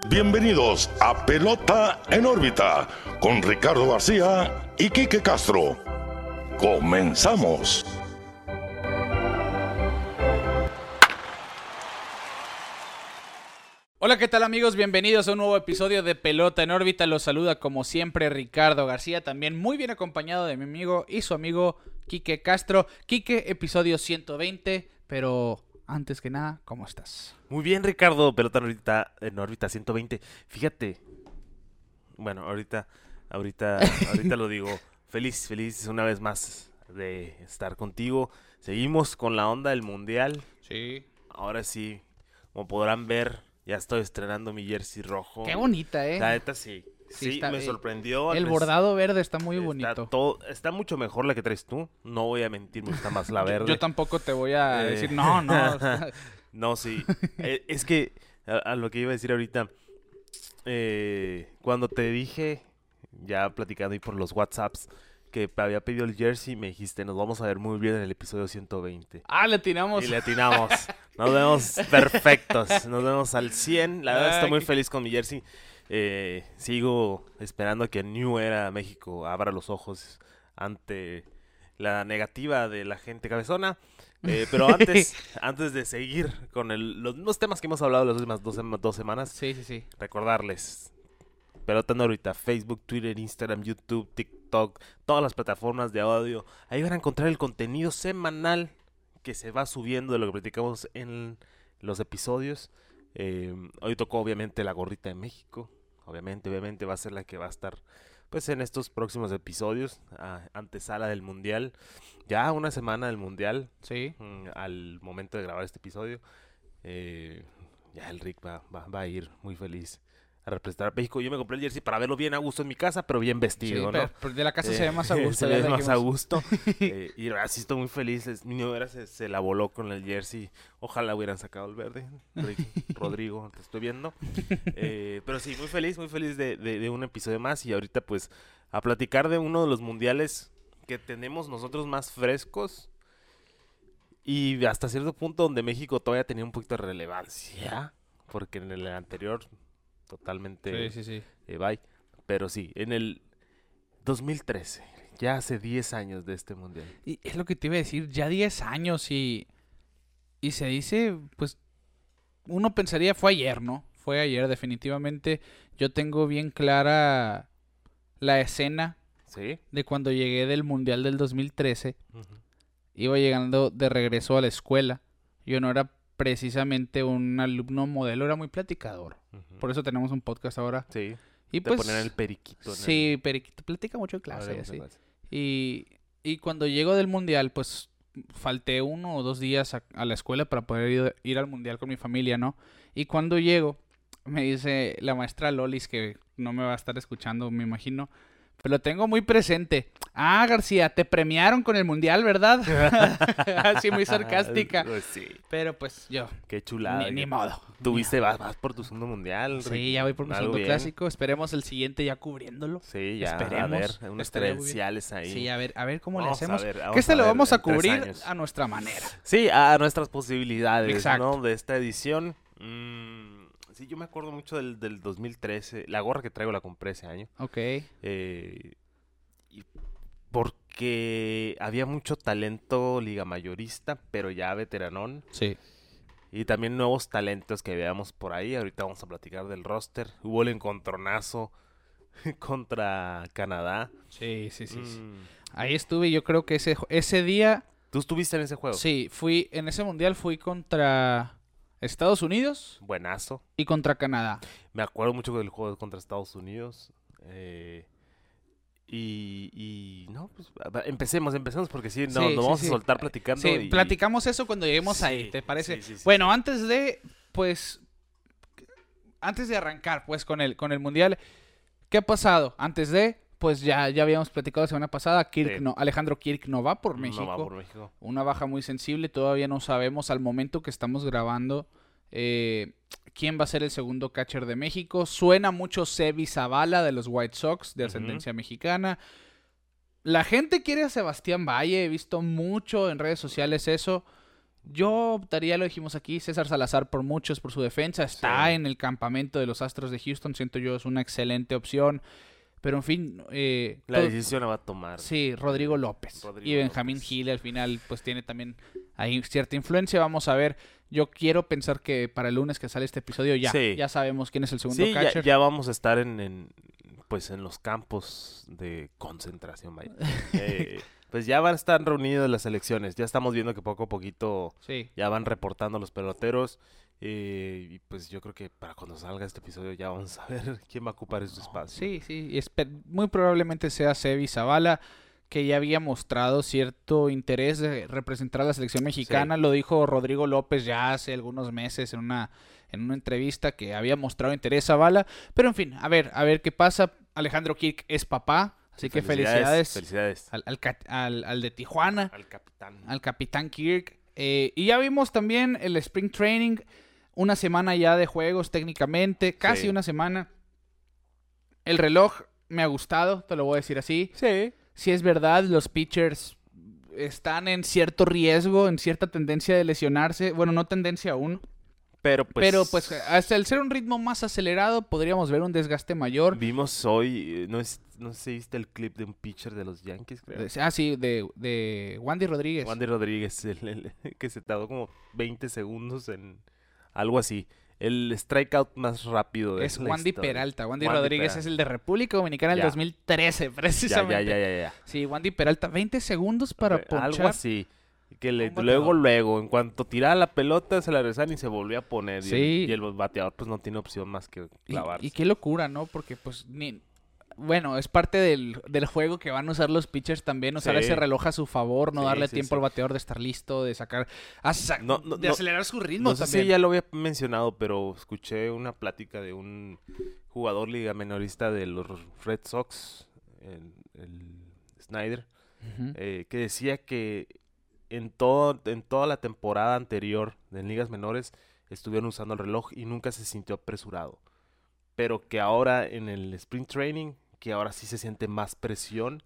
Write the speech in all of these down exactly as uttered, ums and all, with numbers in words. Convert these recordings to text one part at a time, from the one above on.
Bienvenidos a Pelota en órbita con Ricardo García y Quique Castro. Comenzamos. Hola, ¿qué tal amigos? Bienvenidos a un nuevo episodio de Pelota en órbita. Los saluda como siempre Ricardo García, también muy bien acompañado de mi amigo y su amigo Quique Castro. Quique, episodio ciento veinte, pero antes que nada, ¿cómo estás? Muy bien, Ricardo, Pelota en órbita, en órbita ciento veinte. Fíjate, bueno, ahorita, ahorita, ahorita lo digo, feliz, feliz una vez más de estar contigo. Seguimos con la onda del mundial. Sí. Ahora sí, como podrán ver, ya estoy estrenando mi jersey rojo. Qué bonita, ¿eh? La neta sí, Sí, sí, está, me eh, sorprendió. El Me- bordado verde está muy está bonito. todo- está mucho mejor la que traes tú, no voy a mentir, me gusta más la verde. Yo tampoco te voy a Eh. decir, no, no. No, sí. Eh, es que a, a lo que iba a decir ahorita, eh, cuando te dije, ya platicando ahí por los WhatsApps, que había pedido el jersey, me dijiste, nos vamos a ver muy bien en el episodio ciento veinte. Ah, le tiramos. Y le atinamos. Nos vemos perfectos. Nos vemos al cien. La verdad Ay, estoy muy qué- feliz con mi jersey. Eh, sigo esperando que New Era México abra los ojos ante la negativa de la gente cabezona. Eh, pero antes, antes de seguir con el- los mismos temas que hemos hablado las últimas dos, sema- dos semanas, Sí, sí, sí. recordarles, Pelota en órbita, Facebook, Twitter, Instagram, YouTube, TikTok, todas las plataformas de audio. Ahí van a encontrar el contenido semanal que se va subiendo de lo que platicamos en los episodios. Eh, hoy tocó obviamente la gorrita de México. Obviamente, obviamente va a ser la que va a estar pues en estos próximos episodios, a antesala del Mundial. Ya una semana del Mundial, Sí. mm, al momento de grabar este episodio. Eh, ya el Rick va, va, va a ir muy feliz a representar a México. Yo me compré el jersey para verlo bien a gusto en mi casa, pero bien Sí, vestido, ¿no? pero, pero de la casa Eh, se ve más a gusto. se ya ve le más a dijimos. gusto. Eh, y ahora sí estoy muy feliz. Es- Mi novia se, se la voló con el jersey. Ojalá hubieran sacado el verde. Rick, Rodrigo, te estoy viendo. Eh, pero sí, muy feliz, muy feliz de, de, de un episodio más. Y ahorita pues a platicar de uno de los mundiales que tenemos nosotros más frescos. Y hasta cierto punto donde México todavía tenía un poquito de relevancia. Porque en el anterior totalmente... Sí, sí, sí. eh, bye. Pero sí, en el dos mil trece, ya hace diez años de este mundial. Y es lo que te iba a decir, ya diez años y, y se dice, pues, uno pensaría fue ayer, ¿no? Fue ayer, definitivamente. Yo tengo bien clara la escena ¿Sí? de cuando llegué del Mundial del dos mil trece. Ujú. Iba llegando de regreso a la escuela. Yo no era precisamente un alumno modelo, era muy platicador. Ujú. Por eso tenemos un podcast ahora. Sí, Y te pues, ponían el periquito. en sí, Periquito platica mucho en el- clase, Hablemos de así. clase. Y, y cuando llego del mundial, pues falté uno o dos días a, a la escuela para poder ir, ir al mundial con mi familia, ¿no? Y cuando llego, me dice la maestra Lolis, que no me va a estar escuchando, me imagino, pero lo tengo muy presente. Ah, García, te premiaron con el mundial, ¿verdad? Así muy sarcástica. Pues sí, Pero pues yo, qué chulada. ni, ni que modo. Tuviste, vas, vas por tu segundo mundial. Sí, Ricky. ya voy por mi Algo segundo bien. clásico. Esperemos el siguiente ya cubriéndolo. Sí, ya, Esperemos. a ver, unos Estaría muy bien. credenciales ahí. Sí, a ver, a ver cómo Vamos le a hacemos. ver, que vamos este a lo ver vamos a en tres cubrir años. a nuestra manera. Sí, a nuestras posibilidades, Exacto. ¿no? De esta edición. Mm, sí, yo me acuerdo mucho del, del dos mil trece. La gorra que traigo la compré ese año. Ok. Eh, y porque había mucho talento liga mayorista, pero ya veteranón. Sí. Y también nuevos talentos que veamos por ahí. Ahorita vamos a platicar del roster. Hubo el encontronazo contra Canadá. Sí, sí, sí. sí. Mm, Ahí estuve, yo creo que ese, ese día, ¿Tú estuviste en ese juego? sí, fui, en ese mundial fui contra Estados Unidos Buenazo. y contra Canadá. Me acuerdo mucho del juego contra Estados Unidos. Eh, y, y no, pues a- a- empecemos, empecemos porque sí, no, Sí, nos sí, vamos sí. a soltar platicando. Sí, y- platicamos eso cuando lleguemos Sí, ahí, ¿te parece? sí, sí, sí, Bueno, sí. antes de, pues, antes de arrancar, pues, con el, con el mundial, ¿qué ha pasado? Antes de, pues, ya, ya habíamos platicado la semana pasada, Kirk Sí. no, Alejandro Kirk no va por México. No va por México. Una baja muy sensible, todavía no sabemos al momento que estamos grabando eh, quién va a ser el segundo catcher de México. Suena mucho Sebi Zavala de los White Sox, de ascendencia mexicana. La gente quiere a Sebastián Valle, he visto mucho en redes sociales eso. Yo optaría, lo dijimos aquí, César Salazar por muchos, por su defensa. Está Sí. en el campamento de los Astros de Houston. Siento yo es una excelente opción. Pero en fin, eh, La todo- decisión la va a tomar. sí, Rodrigo López. Rodrigo y Benjamín López. Gil al final pues tiene también ahí cierta influencia. Vamos a ver. Yo quiero pensar que para el lunes que sale este episodio ya, Sí. ya sabemos quién es el segundo Sí, ya, catcher. ya vamos a estar en, en, pues en los campos de concentración, vaya. Eh, pues ya van a estar reunidas las selecciones. Ya estamos viendo que poco a poquito Sí. ya van reportando los peloteros. eh, y pues yo creo que para cuando salga este episodio ya vamos a ver quién va a ocupar este espacio. Sí, sí, y espe- muy probablemente sea Sebi Zavala, que ya había mostrado cierto interés de representar a la selección mexicana. Lo dijo Rodrigo López ya hace algunos meses en una, en una entrevista que había mostrado interés Zavala. Pero en fin, a ver, a ver qué pasa. Alejandro Kirk es papá, así que felicidades, Felicidades. al, al, ca- al- al de Tijuana, Al capitán. al capitán Kirk. Eh, y ya vimos también el Spring Training, una semana ya de juegos técnicamente, casi Sí. una semana. El reloj me ha gustado, te lo voy a decir así. Sí. Si es verdad, los pitchers están en cierto riesgo, en cierta tendencia de lesionarse. Bueno, no tendencia aún, Pero pues... pero pues hasta el ser un ritmo más acelerado podríamos ver un desgaste mayor. Vimos hoy, eh, no, es, no sé si viste el clip de un pitcher de los Yankees, creo. De- Ah, sí, de, de Wandy Rodríguez. Wandy Rodríguez, el- el- que se tardó como veinte segundos en algo así. El strikeout más rápido de Es la Wandy historia. Peralta. Wandy, Wandy Rodríguez Peralta. es el de República Dominicana del Ya. dos mil trece, Ya, precisamente. ya, ya, ya, ya. Sí, Wandy Peralta, veinte segundos para Hombre, ponchar. Algo así. Que le- un bateador. luego, luego, en cuanto tiraba la pelota, se la regresaban y se volvía a poner. Y, Sí. el, y el bateador pues no tiene opción más que Y, clavarse. y qué locura, ¿no? Porque pues ni... Bueno, es parte del, del juego que van a usar los pitchers también, usar Sí. ese reloj a su favor, no Sí, darle sí, tiempo sí. al bateador de estar listo, de sacar, a sa- No, no, de no- acelerar su ritmo No sé también. si ya lo había mencionado, pero escuché una plática de un jugador liga menorista de los Red Sox, el, el Snyder, Ujú. eh, que decía que en, todo, en toda la temporada anterior en ligas menores estuvieron usando el reloj y nunca se sintió apresurado. Pero que ahora en el sprint training, que ahora sí se siente más presión.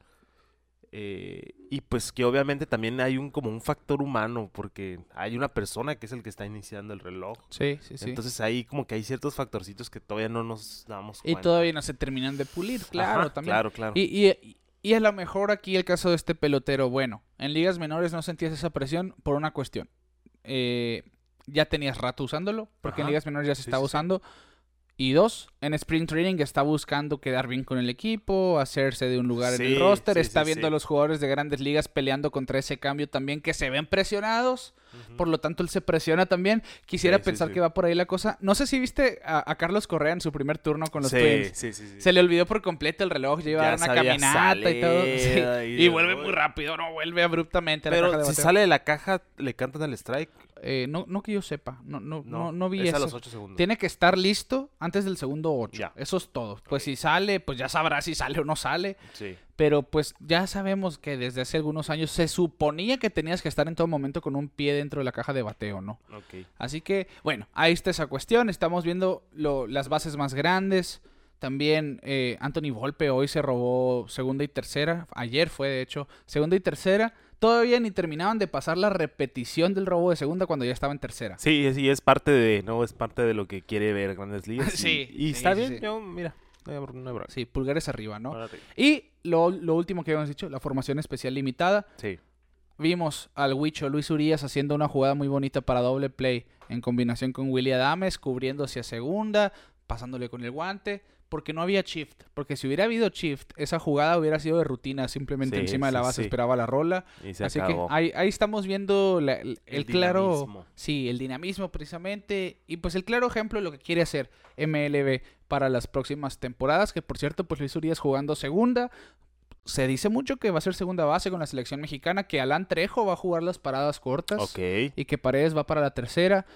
eh, y pues que obviamente también hay un como un factor humano, porque hay una persona que es el que está iniciando el reloj. Sí, sí, sí. Entonces ahí como que hay ciertos factorcitos que todavía no nos damos y cuenta. todavía no se terminan de pulir, claro, Ajá, también. Claro, claro. Y, y, y a lo mejor aquí el caso de este pelotero, bueno, en ligas menores no sentías esa presión por una cuestión. Eh, ya tenías rato usándolo, porque en Ajá. ligas menores ya se Sí, estaba sí, sí. usando. Y dos, en Spring Training está buscando quedar bien con el equipo, hacerse de un lugar en el Sí, roster, sí, está sí, viendo sí. a los jugadores de grandes ligas peleando contra ese cambio también, que se ven presionados, Ujú. por lo tanto él se presiona también. Quisiera Sí, sí, pensar sí. que va por ahí la cosa. No sé si viste a, a Carlos Correa en su primer turno con los sí, Twins. sí, sí, sí. Se le olvidó por completo el reloj, ya iba a Ya dar una sabía caminata y todo. salir sí. ahí Y de vuelve nuevo. muy rápido, no vuelve abruptamente a la caja Pero de si bateo. sale de la caja, ¿le cantan al strike? Eh, no, no que yo sepa, no, no, no, No, no vi es eso. a los ocho segundos. Tiene que estar listo antes del segundo ocho. Ya. Eso es todo. Pues si sale, pues ya sabrá si sale o no sale. Sí. Pero pues ya sabemos que desde hace algunos años se suponía que tenías que estar en todo momento con un pie dentro de la caja de bateo, ¿no? Ok. Así que, bueno, ahí está esa cuestión. Estamos viendo lo- las bases más grandes. También eh, Anthony Volpe hoy se robó segunda y tercera. Ayer fue, de hecho, segunda y tercera. Todavía ni terminaban de pasar la repetición del robo de segunda cuando ya estaba en tercera. Sí, es, y es parte de, ¿no? Es parte de lo que quiere ver Grandes Ligas. y- Sí, Y, sí, está sí, bien, sí. yo, mira, no hay, bro- no hay bronca. Sí, pulgares arriba, ¿no? Órale. Y lo, lo último que habíamos dicho, la formación especial limitada. Sí. Vimos al Huicho Luis Urías haciendo una jugada muy bonita para doble play en combinación con Willy Adames, cubriendo hacia segunda, pasándole con el guante, porque no había shift. Porque si hubiera habido shift, esa jugada hubiera sido de rutina, simplemente Sí, encima de la sí, base sí. esperaba la rola. Y se Así acabó. que ahí, ahí estamos viendo la- el, el El claro... dinamismo. Sí, el dinamismo precisamente. Y pues el claro ejemplo de lo que quiere hacer M L B para las próximas temporadas. Que por cierto, pues Luis Urías jugando segunda. Se dice mucho que va a ser segunda base con la selección mexicana. Que Alan Trejo va a jugar las paradas cortas. Ok. Y que Paredes va para la tercera.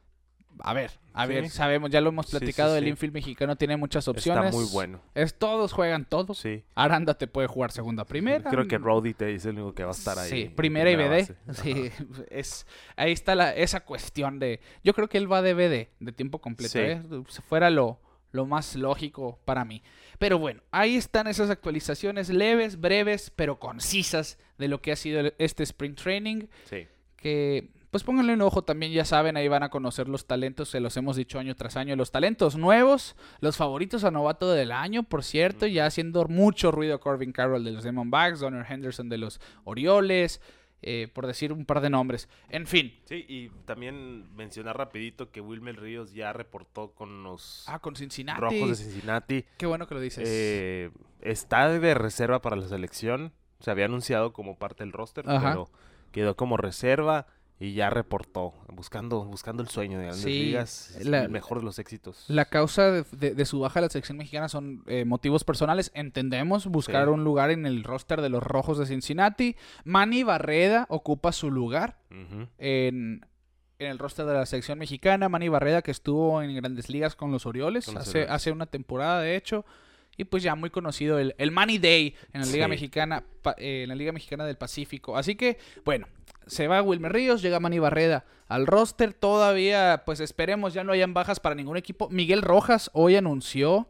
A ver, a Sí. ver, sabemos, ya lo hemos Sí, sí, platicado. El sí. infield mexicano tiene muchas opciones. Está muy bueno. Es todos juegan todos. Sí. Aranda te puede jugar segunda, primera. Creo que Rowdy te es el único que va a estar ahí. Sí, en primera y B D. base. Sí, es, ahí está la, esa cuestión de... Yo creo que él va de B D, de tiempo completo. Sí. ¿eh? Si fuera lo, lo más lógico para mí. Pero bueno, ahí están esas actualizaciones leves, breves, pero concisas de lo que ha sido el- este Spring Training. Sí. Que pues pónganle un ojo también, ya saben, ahí van a conocer los talentos, se los hemos dicho año tras año, los talentos nuevos, los favoritos a novato del año, por cierto, ya haciendo mucho ruido Corbin Carroll de los Diamondbacks, Donner Henderson de los Orioles, eh, por decir un par de nombres, en fin. Sí, y también mencionar rapidito que Wilmer Ríos ya reportó con los Ah, con Cincinnati. Rojos de Cincinnati. Qué bueno que lo dices. Eh, está de reserva para la selección, se había anunciado como parte del roster, Ajá. pero quedó como reserva. Y ya reportó, buscando buscando el sueño de Grandes Sí, Ligas, la- el mejor de los éxitos. La causa de, de- de su baja a la selección mexicana son eh, motivos personales. Entendemos buscar Sí. un lugar en el roster de los Rojos de Cincinnati. Manny Barreda ocupa su lugar Ujú. en, en el roster de la selección mexicana. Manny Barreda, que estuvo en Grandes Ligas con los Orioles, Con los hace, Orioles. hace una temporada, de hecho. Y pues ya muy conocido el, el Manny Day en la Liga Sí. Mexicana, pa- eh, en la Liga Mexicana del Pacífico. Así que, bueno, se va Wilmer Ríos, llega Manny Barreda al roster. Todavía, pues esperemos, ya no hayan bajas para ningún equipo. Miguel Rojas hoy anunció,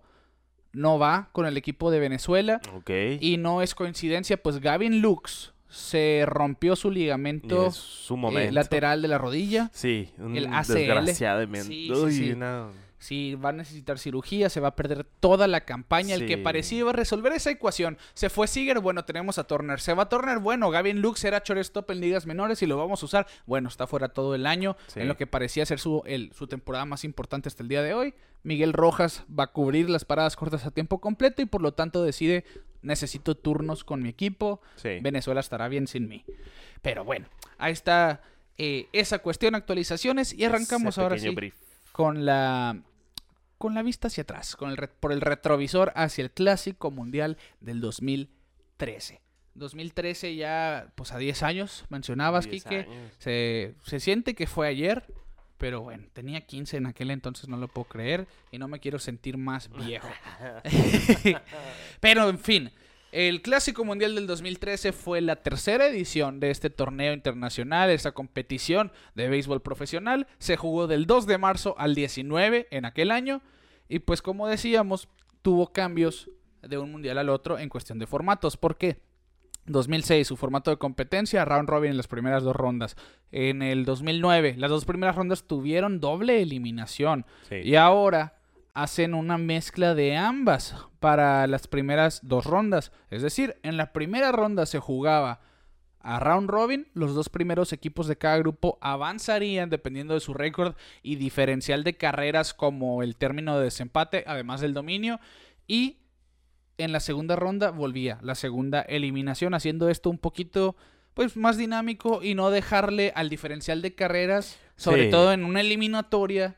no va con el equipo de Venezuela. Ok. Y no es coincidencia, pues Gavin Lux se rompió su Y ligamento es su eh, momento. lateral de la rodilla. Sí, un el A C L. desgraciadamente. Sí, sí, Uy, sí. una- Sí, va a necesitar cirugía, se va a perder toda la campaña. El que Sí. parecía iba a resolver esa ecuación. Se fue Seager, bueno, tenemos a Turner. Se va Turner, bueno, Gavin Lux era shortstop en ligas menores y lo vamos a usar. Bueno, está fuera todo el año, Sí. en lo que parecía ser su, el- su temporada más importante hasta el día de hoy. Miguel Rojas va a cubrir las paradas cortas a tiempo completo y por lo tanto decide, necesito turnos con mi equipo. Sí. Venezuela estará bien sin mí. Pero bueno, ahí está eh, esa cuestión, actualizaciones y arrancamos Ese ahora pequeño sí brief. con la con la vista hacia atrás, con el re- por el retrovisor hacia el Clásico Mundial del dos mil trece. dos mil trece ya, pues a diez años, mencionabas, diez Quique. años. Se, se siente que fue ayer, pero bueno, tenía quince en aquel entonces, no lo puedo creer, y no me quiero sentir más viejo. Pero en fin, el Clásico Mundial del dos mil trece fue la tercera edición de este torneo internacional, esta competición de béisbol profesional. Se jugó del dos de marzo al diecinueve en aquel año. Y pues como decíamos, tuvo cambios de un mundial al otro en cuestión de formatos. ¿Por qué? dos mil seis, su formato de competencia, round robin en las primeras dos rondas. En el dos mil nueve, las dos primeras rondas tuvieron doble eliminación. Sí. Y ahora hacen una mezcla de ambas para las primeras dos rondas. Es decir, en la primera ronda se jugaba a round robin. Los dos primeros equipos de cada grupo avanzarían dependiendo de su récord y diferencial de carreras como el término de desempate, además del dominio. Y en la segunda ronda volvía la segunda eliminación, haciendo esto un poquito pues más dinámico y no dejarle al diferencial de carreras, sobre Sí. todo en una eliminatoria,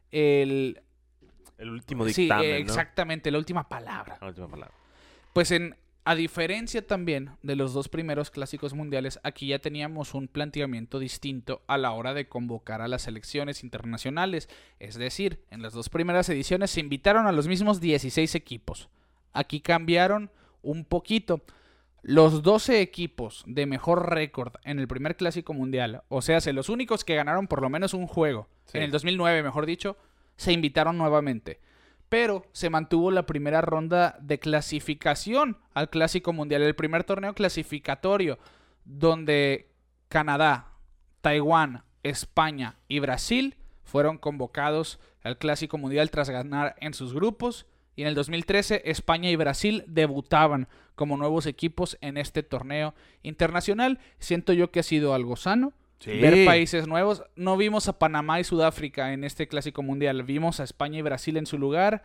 el El último sí, dictamen, eh, ¿no? exactamente, la última palabra. La última palabra. Pues en a diferencia también de los dos primeros clásicos mundiales, aquí ya teníamos un planteamiento distinto a la hora de convocar a las selecciones internacionales. Es decir, en las dos primeras ediciones se invitaron a los mismos dieciséis equipos. Aquí cambiaron un poquito. Los doce equipos de mejor récord en el primer clásico mundial, o sea, los únicos que ganaron por lo menos un juego, Sí. en el dos mil nueve, mejor dicho, se invitaron nuevamente. Pero se mantuvo la primera ronda de clasificación al Clásico Mundial, el primer torneo clasificatorio, donde Canadá, Taiwán, España y Brasil fueron convocados al Clásico Mundial tras ganar en sus grupos. Y en el dos mil trece, España y Brasil debutaban como nuevos equipos en este torneo internacional. Siento yo que ha sido algo sano. Sí. Ver países nuevos. No vimos a Panamá y Sudáfrica en este Clásico Mundial. Vimos a España y Brasil en su lugar.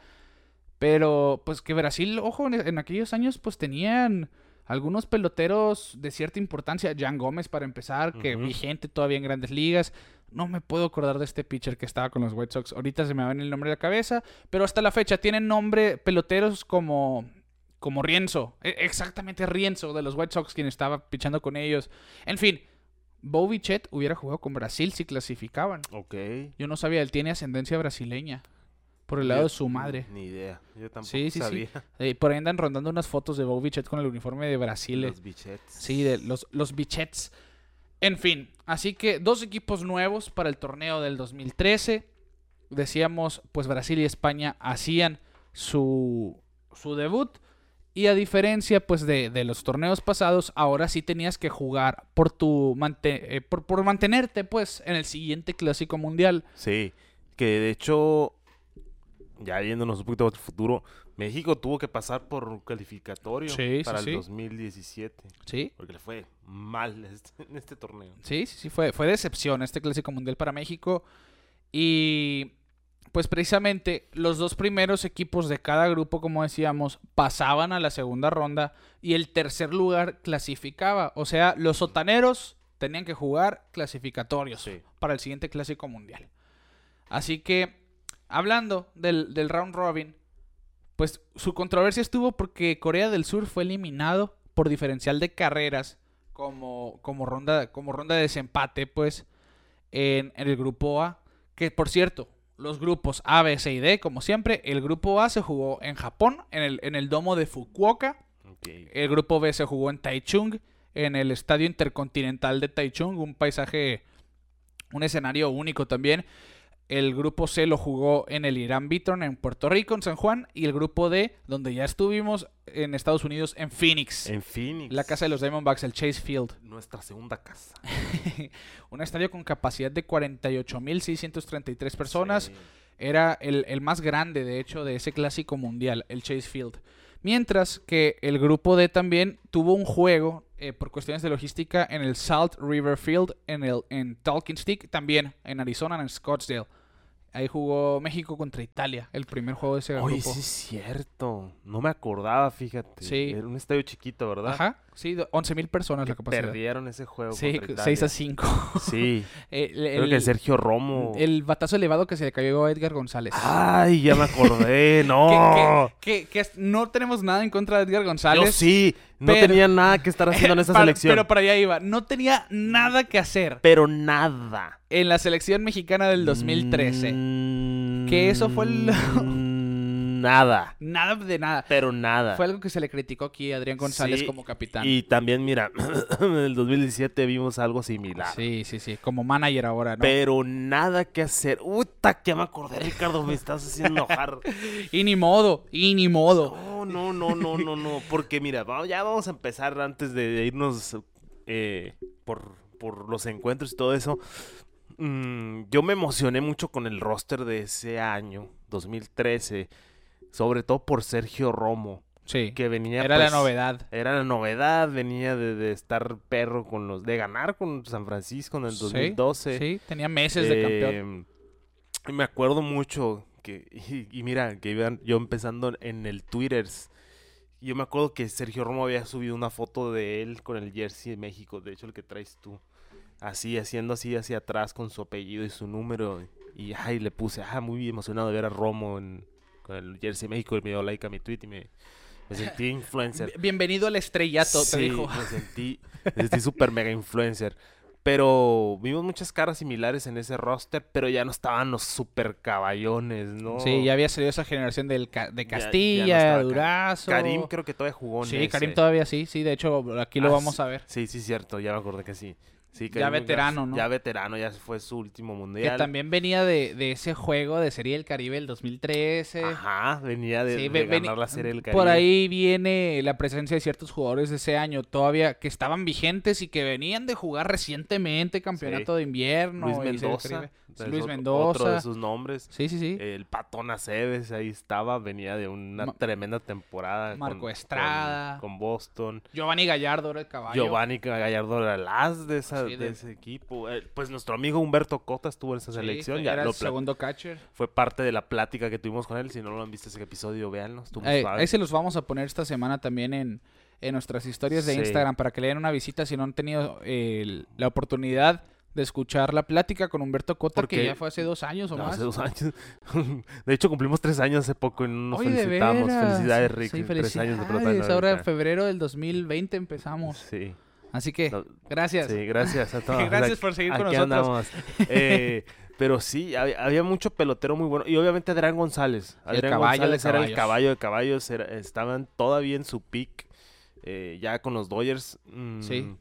Pero pues que Brasil, ojo, en, en aquellos años pues tenían algunos peloteros de cierta importancia. Jan Gómez para empezar, que Ujú. vigente todavía en Grandes Ligas. No me puedo acordar de este pitcher que estaba con los White Sox. Ahorita se me va en el nombre de la cabeza. Pero hasta la fecha tienen nombre peloteros como... Como Rienzo. E- Exactamente Rienzo de los White Sox, quien estaba pichando con ellos. En fin, Bo Bichette hubiera jugado con Brasil si clasificaban. Ok. Yo no sabía, él tiene ascendencia brasileña. Por el lado Yo- de su madre. Ni idea. Yo tampoco Sí, sí, sí. sabía. Eh, por ahí andan rondando unas fotos de Bo Bichette con el uniforme de Brasil. Los bichets. Sí, de los, los Bichettes. En fin, así que dos equipos nuevos para el torneo del dos mil trece. Decíamos, pues Brasil y España hacían su, su debut. Y a diferencia pues de, de los torneos pasados, ahora sí tenías que jugar por tu mante eh, por, por mantenerte pues en el siguiente Clásico Mundial. Sí, que de hecho, ya yéndonos un poquito al futuro, México tuvo que pasar por un calificatorio sí, para sí, el sí. dos mil diecisiete. Sí. Porque le fue mal este, en este torneo. Sí, sí, sí, fue, fue decepción este Clásico Mundial para México. Y pues precisamente los dos primeros equipos de cada grupo, como decíamos, pasaban a la segunda ronda y el tercer lugar clasificaba. O sea, los sotaneros tenían que jugar clasificatorios Sí. para el siguiente Clásico Mundial. Así que, hablando del, del round robin, pues su controversia estuvo porque Corea del Sur fue eliminado por diferencial de carreras como, como, ronda, como ronda de desempate, pues, en, en el grupo A. Que, por cierto, los grupos A, B, C y D, como siempre, el grupo A se jugó en Japón, en el, en el domo de Fukuoka. Okay. El grupo B se jugó en Taichung, en el Estadio Intercontinental de Taichung, un paisaje, un escenario único también. El grupo C lo jugó en el Irán Bithorn en Puerto Rico, en San Juan. Y el grupo D, donde ya estuvimos, en Estados Unidos, en Phoenix. En Phoenix. La casa de los Diamondbacks, el Chase Field. Nuestra segunda casa. Un estadio con capacidad de cuarenta y ocho mil seiscientas treinta y tres personas. Sí. Era el, el más grande, de hecho, de ese clásico mundial, el Chase Field. Mientras que el grupo D también tuvo un juego, eh, por cuestiones de logística, en el Salt River Field, en, el, en Talking Stick, también en Arizona, en Scottsdale. Ahí jugó México contra Italia, el primer juego de ese Oye, grupo. sí es cierto. No me acordaba, fíjate. Sí. Era un estadio chiquito, ¿verdad? Ajá, sí, once mil personas Que la capacidad. perdieron ese juego Sí, contra Italia. seis a cinco. Sí. el, Creo el- que Sergio Romo. el batazo elevado que se le cayó a Edgar González. Ay, ya me acordé. No. que, que, que, que no tenemos nada en contra de Edgar González. Yo sí. No pero- tenía nada que estar haciendo en esa Para- selección. Pero para allá iba. No tenía nada que hacer Pero nada. en la selección mexicana del dos mil trece. Mm, Que eso fue el- Nada. Nada de nada. Pero nada. Fue algo que se le criticó aquí a Adrián González Sí, como capitán. Y también, mira, en el dos mil diecisiete vimos algo similar. Sí, sí, sí. Como manager ahora, ¿no? Pero nada que hacer. Uta, que me acordé, Ricardo, me estás haciendo enojar. Y ni modo, y ni modo. No, no, no, no, no, no. Porque mira, va- ya vamos a empezar antes de, de irnos eh, por, por los encuentros y todo eso. Mm, yo me emocioné mucho con el roster de ese año, dos mil trece. Sobre todo por Sergio Romo, Sí. que venía Era pues, la novedad. Era la novedad, venía de, de estar perro con los... De ganar con San Francisco en el dos mil doce. Sí, sí, tenía meses de campeón. Eh, y me acuerdo mucho que... Y, y mira, que iban yo empezando en el Twitter. Yo me acuerdo que Sergio Romo había subido una foto de él con el jersey de México. De hecho, el que traes tú. Así, haciendo así hacia atrás con su apellido y su número. Y ay, le puse, ah, muy emocionado de ver a Romo en, con el jersey de México. Y me dio like a mi tweet y me, me sentí influencer. B- Bienvenido al estrellato, Sí, te dijo. me sentí, me sentí súper mega influencer. Pero vimos muchas caras similares en ese roster, pero ya no estaban los super caballones, ¿no? Sí, ya había salido esa generación del Ca- de Ya- ya no Castilla, estaba Ka- Durazo. Karim creo que todavía jugó en Sí, ese. Karim todavía sí, sí, de hecho aquí lo Ah, vamos a ver. Sí, sí, cierto, ya me acordé que sí. Sí, Ya Karim veterano, ¿no? Ya veterano, ya fue su último Que mundial. también venía de, de ese juego de Serie del Caribe del dos mil trece. Ajá, venía de, Sí, de ve- veni- ganar la Serie del Caribe. Por ahí viene la presencia de ciertos jugadores de ese año todavía que estaban vigentes y que venían de jugar recientemente campeonato Sí. de invierno. Luis y Serie del Mendoza. Caribe. es Luis otro- Mendoza. Otro de sus nombres. Sí, sí, sí. El Patón Aceves, ahí estaba, venía de una Ma- tremenda temporada. Marco con- Estrada. Con, con Boston. Giovanni Gallardo era el caballo. Giovanni Gallardo era el as de, esa, Sí, de de- ese equipo. Eh, pues nuestro amigo Humberto Cota estuvo en esa Sí, selección. Ya era lo el pla- segundo catcher. Fue parte de la plática que tuvimos con él. Si no lo han visto ese episodio, véanlo. Estuvo muy Eh, suave. ahí se los vamos a poner esta semana también en, en nuestras historias de Sí. Instagram para que le den una visita si no han tenido eh, el- la oportunidad de escuchar la plática con Humberto Cota, Porque- que ya fue hace dos años o No, más. hace dos años. De hecho, cumplimos tres años hace poco y no nos Oye, de felicitamos. veras. Felicidades, Rick. Sí, tres años de pelota felicidades. Ahora en dinámica. febrero del dos mil veinte empezamos. Sí. Así que, No, gracias. Sí, gracias a todos. Gracias Aquí- por seguir con aquí nosotros. andamos. Eh, pero sí, había, había mucho pelotero muy bueno. Y obviamente Adrián González. El Adrián caballo de González era el caballos. caballo de caballos. era- estaban todavía en su peak. eh, ya con los Dodgers. mm, Sí.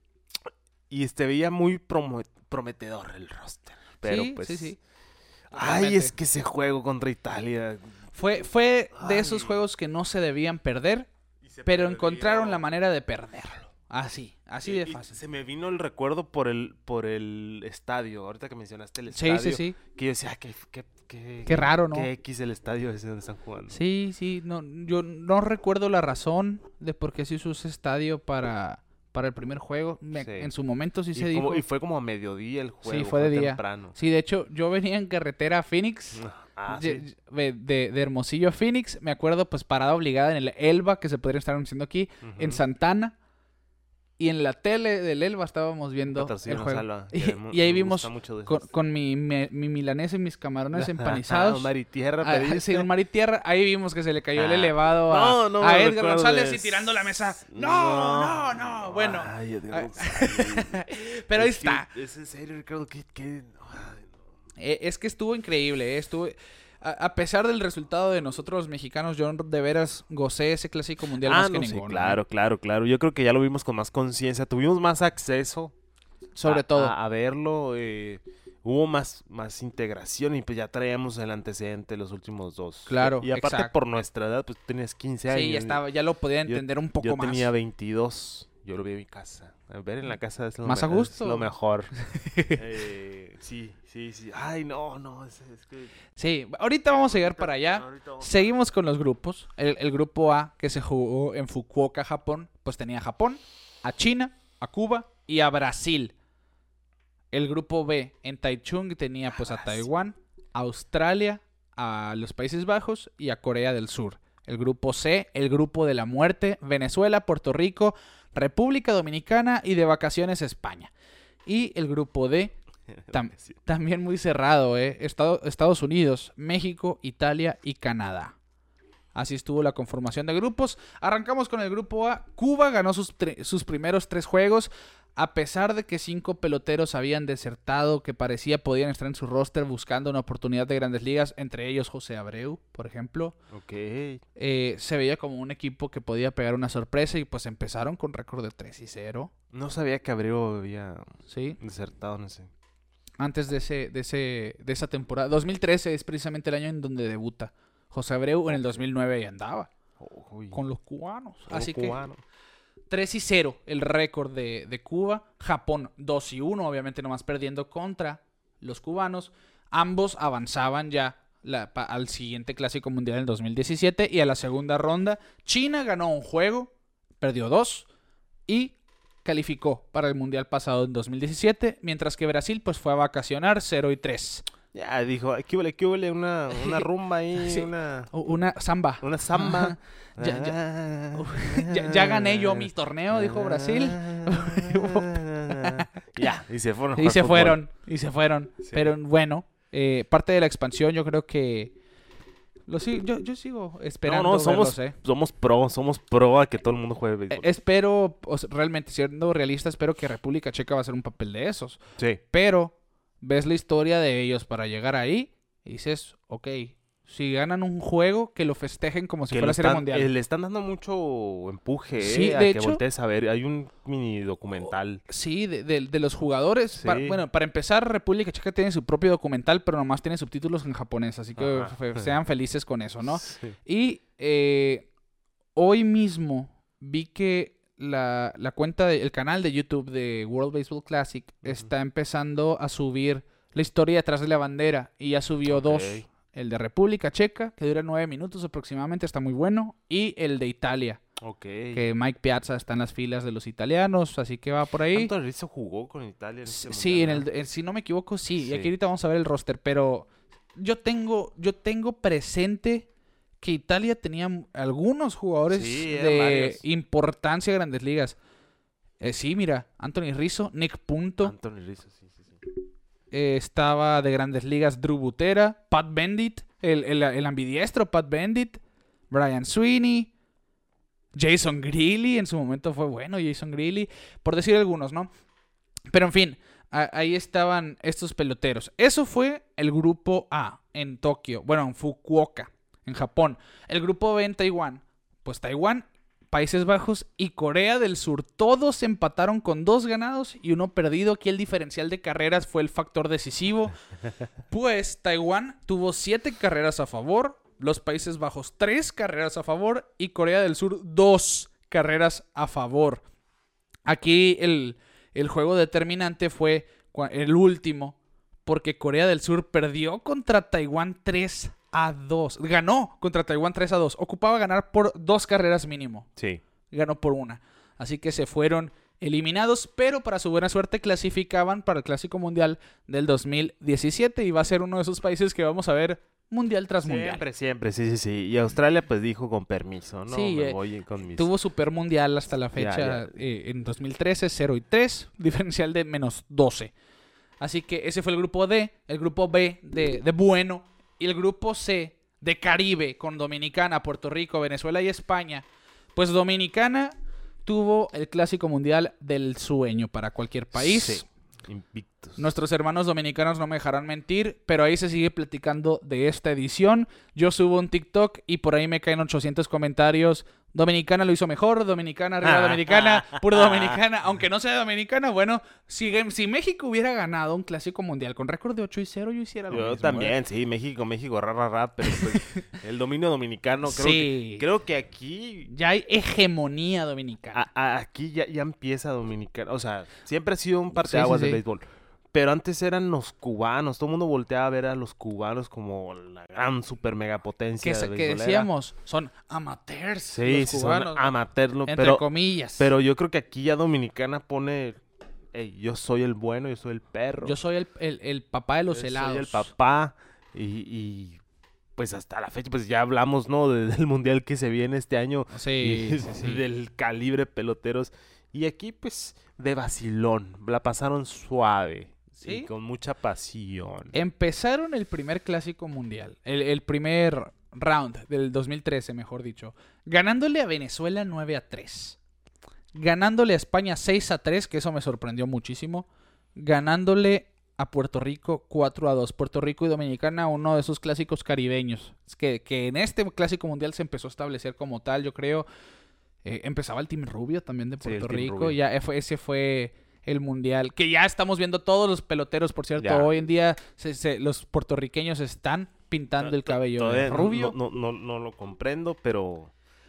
Y este veía muy promo- prometedor el roster. Pero sí, pues. sí, sí. Ay, Totalmente. es que ese juego contra Italia. Fue, fue de Ay. esos juegos que no se debían perder, pero perdió. encontraron la manera de perderlo. Así, así Y- de y fácil. Se me vino el recuerdo por el por el estadio. Ahorita que mencionaste el Sí, estadio. sí, sí. Que yo decía, ah, qué, qué, qué, Qué raro, ¿no? Qué X el estadio ese donde están jugando. Sí, sí, no, yo no recuerdo la razón de por qué se usó ese estadio para, para el primer juego. Me- Sí. En su momento sí y, se como- dijo. y fue como a mediodía el juego. Sí, fue de día. temprano. Sí, de hecho, yo venía en carretera a Phoenix. Ah, de, sí. de- de- de Hermosillo a Phoenix. Me acuerdo, pues, parada obligada en el Elba, que se podría estar anunciando aquí, en Ujú. Santana. Y en la tele del Elba estábamos viendo Patrocinio el juego. Salva, Y, que mu- y ahí me vimos gusta mucho de con, esos. con mi, mi, mi milanesa y mis camarones Ah, empanizados. mar y tierra Ah, pediste. sí, un mar y tierra. Ahí vimos que se le cayó el Ah. elevado a, No, no a me Edgar González y recuerdes. tirando la mesa. No, no, no. Bueno, Ay, Edgar Ah, González. pero ahí Es que- está. Es en serio, Ricardo, que... que... ay, no. Eh, es que estuvo increíble. eh, Estuvo... A, a pesar del resultado de nosotros los mexicanos, yo de veras gocé ese clásico mundial Ah, más que no, sí, ninguno. claro, ¿eh? claro, claro. Yo creo que ya lo vimos con más conciencia. Tuvimos más acceso Sobre a, todo. a, a verlo. eh, hubo más, más integración y pues ya traíamos el antecedente los últimos dos. Claro, Y aparte exacto. por nuestra edad, pues tenías quince años. Sí, ya estaba, ya lo podía Yo- entender un poco Yo más. tenía veintidós. Yo lo vi en mi casa. A ver en la casa es lo, Más a me- es gusto. lo mejor. Eh, sí, sí, sí. Ay, no, no. Es, es que... Sí, ahorita vamos a llegar ahorita- para allá. ahorita vamos- Seguimos con los grupos. El, el grupo A, que se jugó en Fukuoka, Japón, pues tenía a Japón, a China, a Cuba y a Brasil. El grupo B, en Taichung, tenía pues a Taiwán, a Australia, a los Países Bajos y a Corea del Sur. El grupo C, el grupo de la muerte, Venezuela, Puerto Rico, República Dominicana y de vacaciones España. Y el grupo D, tam- Sí. también muy cerrado, ¿eh? Estado- Estados Unidos, México, Italia y Canadá. Así estuvo la conformación de grupos. Arrancamos con el grupo A. Cuba ganó sus, tre- sus primeros tres juegos. A pesar de que cinco peloteros habían desertado, que parecía podían estar en su roster buscando una oportunidad de Grandes Ligas, entre ellos José Abreu, por ejemplo. Ok. Eh, se veía como un equipo que podía pegar una sorpresa y pues empezaron con récord de tres y cero. No sabía que Abreu había ¿Sí? desertado, no sé. Antes de ese, de ese, de esa temporada. dos mil trece es precisamente el año en donde debuta. José Abreu en el dos mil nueve ya andaba Uy, con los cubanos. todo Así cubano. que tres y cero el récord de, de Cuba. Japón dos y uno, obviamente nomás perdiendo contra los cubanos. Ambos avanzaban ya la, pa, al siguiente Clásico Mundial en dos mil diecisiete y a la segunda ronda. China ganó un juego, perdió dos y calificó para el Mundial pasado en dos mil diecisiete, mientras que Brasil pues fue a vacacionar cero y tres. Ya dijo, ¿qué huele, qué huele? Una, una rumba ahí, Sí. una, Una samba. una samba. Ya- Ah, Ya, ya gané yo mi torneo, dijo Brasil. Ya, y se fueron. a Y jugar se fútbol. fueron, y se fueron. Sí. Pero bueno, eh, parte de la expansión yo creo que... Lo sig- yo, yo sigo esperando No, no, somos, verlos, eh. somos pro, somos pro a que todo el mundo juegue Eh, béisbol. espero, o sea, realmente siendo realista, espero que República Checa va a hacer un papel de esos. Sí. Pero ves la historia de ellos para llegar ahí y dices, ok, si ganan un juego, que lo festejen como si Que fuera lo la Serie están- Mundial. eh, le están dando mucho empuje, Sí, eh, a de que hecho- voltees a ver. Hay un mini documental. Sí, de, de- de los jugadores. Sí. Para- bueno, para empezar, República Checa tiene su propio documental, pero nomás tiene subtítulos en japonés, así que Ajá. fe- sean felices con eso, ¿no? Sí. Y eh, hoy mismo vi que la, la cuenta, de- el canal de YouTube de World Baseball Classic Ujú. está empezando a subir la historia detrás de la bandera y ya subió Ok. dos. El de República Checa, que dura nueve minutos aproximadamente, está muy bueno. Y el de Italia, Ok. que Mike Piazza está en las filas de los italianos, así que va por ahí. Anthony Rizzo jugó con Italia en este Sí, en mundial, el, en- si no me equivoco, sí. Sí. Y aquí ahorita vamos a ver el roster, pero yo tengo, yo tengo presente que Italia tenía m- algunos jugadores Sí, eran de varios. importancia en Grandes Ligas. Eh, sí, mira, Anthony Rizzo, Nick ¿no? Punto, Anthony Rizzo, sí, sí, sí. eh, estaba de Grandes Ligas Drew Butera, Pat Bendit, el, el, el ambidiestro Pat Bendit, Brian Sweeney, Jason Greeley, en su momento fue bueno Jason Greeley, por decir algunos, ¿no? Pero en fin, a- ahí estaban estos peloteros. Eso fue el grupo A en Tokio, bueno, en Fukuoka, en Japón. El grupo B en Taiwán, pues Taiwán, Países Bajos y Corea del Sur. Todos empataron con dos ganados y uno perdido. Aquí el diferencial de carreras fue el factor decisivo. Pues Taiwán tuvo siete carreras a favor, los Países Bajos tres carreras a favor y Corea del Sur dos carreras a favor. Aquí el, el juego determinante fue el último, porque Corea del Sur perdió contra Taiwán tres a dos. Ganó contra Taiwán tres a dos. Ocupaba ganar por dos carreras mínimo. Sí. Ganó por una. Así que se fueron eliminados, pero para su buena suerte clasificaban para el Clásico Mundial del dos mil diecisiete y va a ser uno de esos países que vamos a ver mundial tras mundial. Siempre, siempre, sí, sí, sí. Y Australia pues dijo con permiso, ¿no? Sí, Me eh, voy con mis... tuvo super mundial hasta la fecha Ya, ya. Eh, en dos mil trece, cero y tres, diferencial de menos doce. Así que ese fue el grupo D, el grupo B de, de bueno y el grupo C de Caribe con Dominicana, Puerto Rico, Venezuela y España. Pues Dominicana tuvo el Clásico Mundial del sueño para cualquier país. Sí. Invictos. Nuestros hermanos dominicanos no me dejarán mentir, pero ahí se sigue platicando de esta edición. Yo subo un TikTok y por ahí me caen ochocientos comentarios. Dominicana lo hizo mejor, Dominicana arriba, Dominicana, puro Dominicana. Aunque no sea Dominicana, bueno, si, si México hubiera ganado un Clásico Mundial con récord de ocho y cero, yo hiciera lo Yo mismo. también, ¿eh? sí, México, México, ra, ra, ra, pero pues el dominio dominicano, creo, Sí. que, creo que aquí... Ya hay hegemonía dominicana. A, a- aquí ya, ya empieza Dominicana. O sea, siempre ha sido un parteaguas Sí, sí, del sí. béisbol. Pero antes eran los cubanos. Todo el mundo volteaba a ver a los cubanos como la gran super megapotencia que, se- que beisbolera. decíamos, son amateurs Sí, los sí, cubanos, son amateur, entre pero, comillas. pero yo creo que aquí ya Dominicana pone... Ey, yo soy el bueno, yo soy el perro. Yo soy el, el, el papá de los Yo helados. soy el papá. Y, y pues hasta la fecha, pues ya hablamos, ¿no? De- del mundial que se viene este año. Sí, y sí, sí. del calibre peloteros. Y aquí, pues, de vacilón. La pasaron suave. ¿Sí? Y con mucha pasión. Empezaron el primer Clásico Mundial, el, el primer round del dos mil trece, mejor dicho, ganándole a Venezuela nueve a tres. Ganándole a España seis a tres, que eso me sorprendió muchísimo. Ganándole a Puerto Rico cuatro a dos. Puerto Rico y Dominicana, uno de esos clásicos caribeños. Es que, que en este Clásico Mundial se empezó a establecer como tal, yo creo. Eh, empezaba el Team Rubio también de Sí, el Puerto Team Rico. Rubio. Ya fue- ese fue el mundial. Que ya estamos viendo todos los peloteros, por cierto. Ya. Hoy en día se- se- los puertorriqueños están pintando el cabello de Todavía no- rubio. No, no, no, no lo comprendo, pero...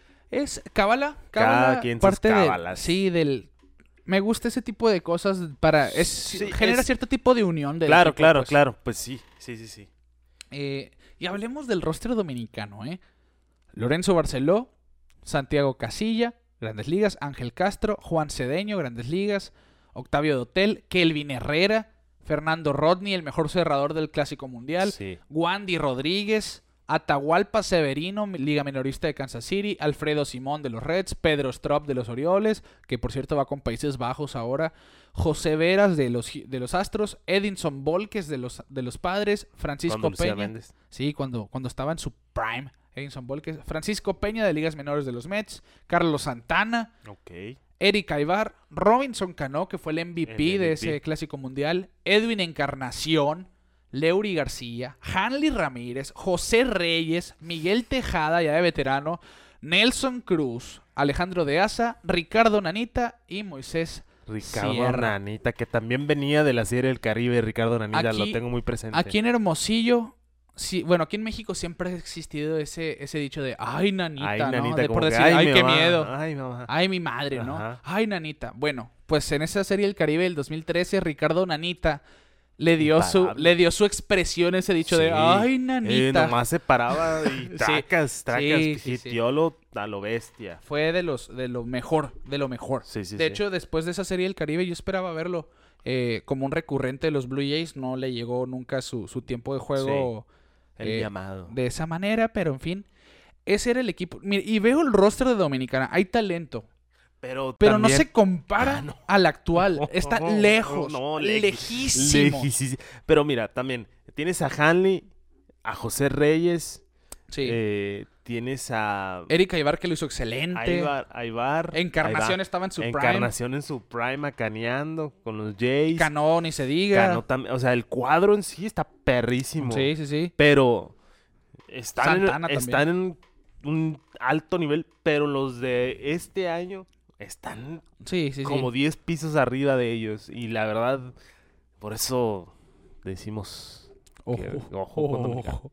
Es cábala, Cada cábala, quien sus parte de, cábalas. sí, del, me gusta ese tipo de cosas para, es, Sí, genera es- cierto tipo de unión del Claro, equipo, claro, pues. claro. Pues sí, sí, sí, sí. Eh, y hablemos del roster dominicano, ¿eh? Lorenzo Barceló, Santiago Casilla, Grandes Ligas, Ángel Castro, Juan Cedeño, Grandes Ligas, Octavio Dotel, Kelvin Herrera, Fernando Rodney, el mejor cerrador del Clásico Mundial, Sí. Wandy Rodríguez, Atahualpa Severino, Liga Minorista de Kansas City, Alfredo Simón de los Reds, Pedro Strop de los Orioles, que por cierto va con Países Bajos ahora, José Veras de los, de los Astros, Edinson Volquez de los, de los Padres, Francisco Con Lucía Peña, Méndez. sí, cuando, cuando estaba en su prime, Edinson Volquez, Francisco Peña de Ligas Menores de los Mets, Carlos Santana, Ok. Eric Aybar, Robinson Cano, que fue el M V P El de M V P. ese Clásico Mundial, Edwin Encarnación, Leury García, Hanley Ramírez, José Reyes, Miguel Tejada, ya de veterano, Nelson Cruz, Alejandro de Asa, Ricardo Nanita y Moisés Ricardo Sierra. Nanita, que también venía de la Serie del Caribe. Ricardo Nanita, Aquí- lo tengo muy presente. Aquí en Hermosillo, sí, bueno, aquí en México siempre ha existido ese, ese dicho de ay, nanita, Ay, ¿no? Nanita, De como por que, decir, ay, mi qué mamá, miedo. Ay, mamá. Ay, mi madre, ¿no? Ajá. Ay, nanita. Bueno, pues en esa serie del Caribe del dos mil trece, Ricardo Nanita le dio su Imparable. le dio su expresión, ese dicho de Sí. ay, Eh, nanita. nomás se paraba y Sí. tracas, tracas, Sí, sí, sí. hitiolo a lo bestia. Fue de los de lo mejor, de lo mejor. Sí, sí, de sí. hecho, después de esa serie del Caribe, yo esperaba verlo eh, como un recurrente de los Blue Jays. No le llegó nunca su, su tiempo de juego El eh, llamado. de esa manera, pero en fin, ese era el equipo. Mira, y veo el roster de Dominicana, hay talento. Pero, Pero no también- se compara Ah, no. al actual. Está No, lejos. no, leji- lejísimo. lejísimo. Pero mira, también tienes a Hanley, a José Reyes, Sí. eh, tienes a Erika Ibar, que lo hizo excelente. Aybar, Aybar, Encarnación Aybar. estaba en su Encarnación en su prime, acaneando con los Jays. prime. Cano, ni se diga. Cano tam- o sea, el cuadro en sí está perrísimo. Sí, sí, sí. Pero están, en, Santana están en un alto nivel, pero los de este año están Sí, sí, sí. como diez pisos arriba de ellos. Y la verdad, por eso decimos que- ojo con Dominicana. ojo.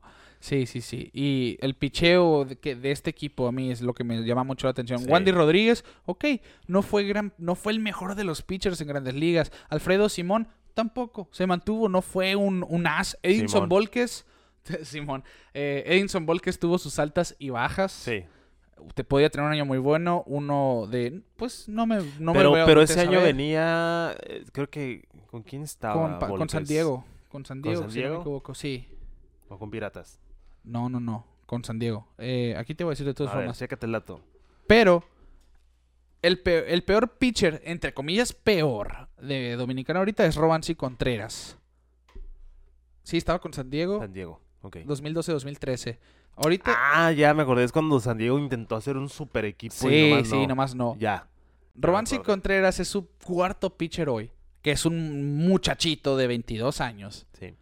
Sí, sí, sí. Y el picheo de, que, de este equipo a mí es lo que me llama mucho la atención. Sí. Wandy Rodríguez, ok, no fue gran, no fue el mejor de los pitchers en Grandes Ligas. Alfredo Simón tampoco se mantuvo, no fue un, un as. Edinson Simón. Volquez, Simón, eh, Edinson Volquez tuvo sus altas y bajas. Sí. Te podía tener un año muy bueno, uno de, pues no me, no pero me voy a pero meter ese a año saber. venía, eh, creo que, ¿con quién estaba? con, pa- con Volquez? San Diego, con San ¿Con Diego, San si no me Diego? equivoco, sí. ¿O con Piratas? No, no, no, con San Diego. Eh, aquí te voy a decir de todas A ver, formas. chécate el dato. Pero el peor, el peor pitcher, entre comillas, peor de Dominicana ahorita es Roansy Contreras. Sí, estaba con San Diego, San Diego, ok. dos mil doce dos mil trece. Ahorita... Ah, ya me acordé, es cuando San Diego intentó hacer un super equipo y sí, nomás sí, no. nomás no. Ya. Roansy me acuerdo. Contreras es su cuarto pitcher hoy, que es un muchachito de veintidós años. Sí.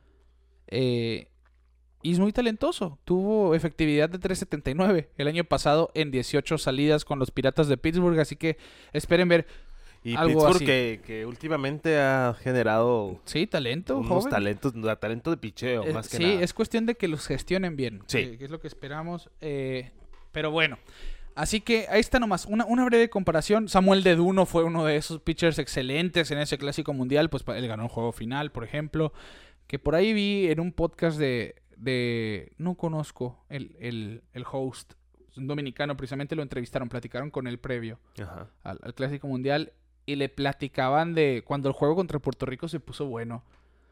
Eh, y es muy talentoso. Tuvo efectividad de tres setenta y nueve el año pasado en dieciocho salidas con los Piratas de Pittsburgh. Así que esperen ver. Y Algo Pittsburgh así. que, que últimamente ha generado Sí, talento, unos joven. talentos, talento de picheo, Eh, más que sí, nada. es cuestión de que los gestionen bien. Sí. eh, que es lo que esperamos. Eh, pero bueno. Así que ahí está nomás. Una, una breve comparación. Samuel Deduno fue uno de esos pitchers excelentes en ese Clásico Mundial. Pues él ganó el juego final, por ejemplo. Que por ahí vi en un podcast de... de no conozco el, el, el host. Es un dominicano, precisamente lo entrevistaron. Platicaron con él previo Ajá. al, al Clásico Mundial. Y le platicaban de cuando el juego contra Puerto Rico se puso bueno.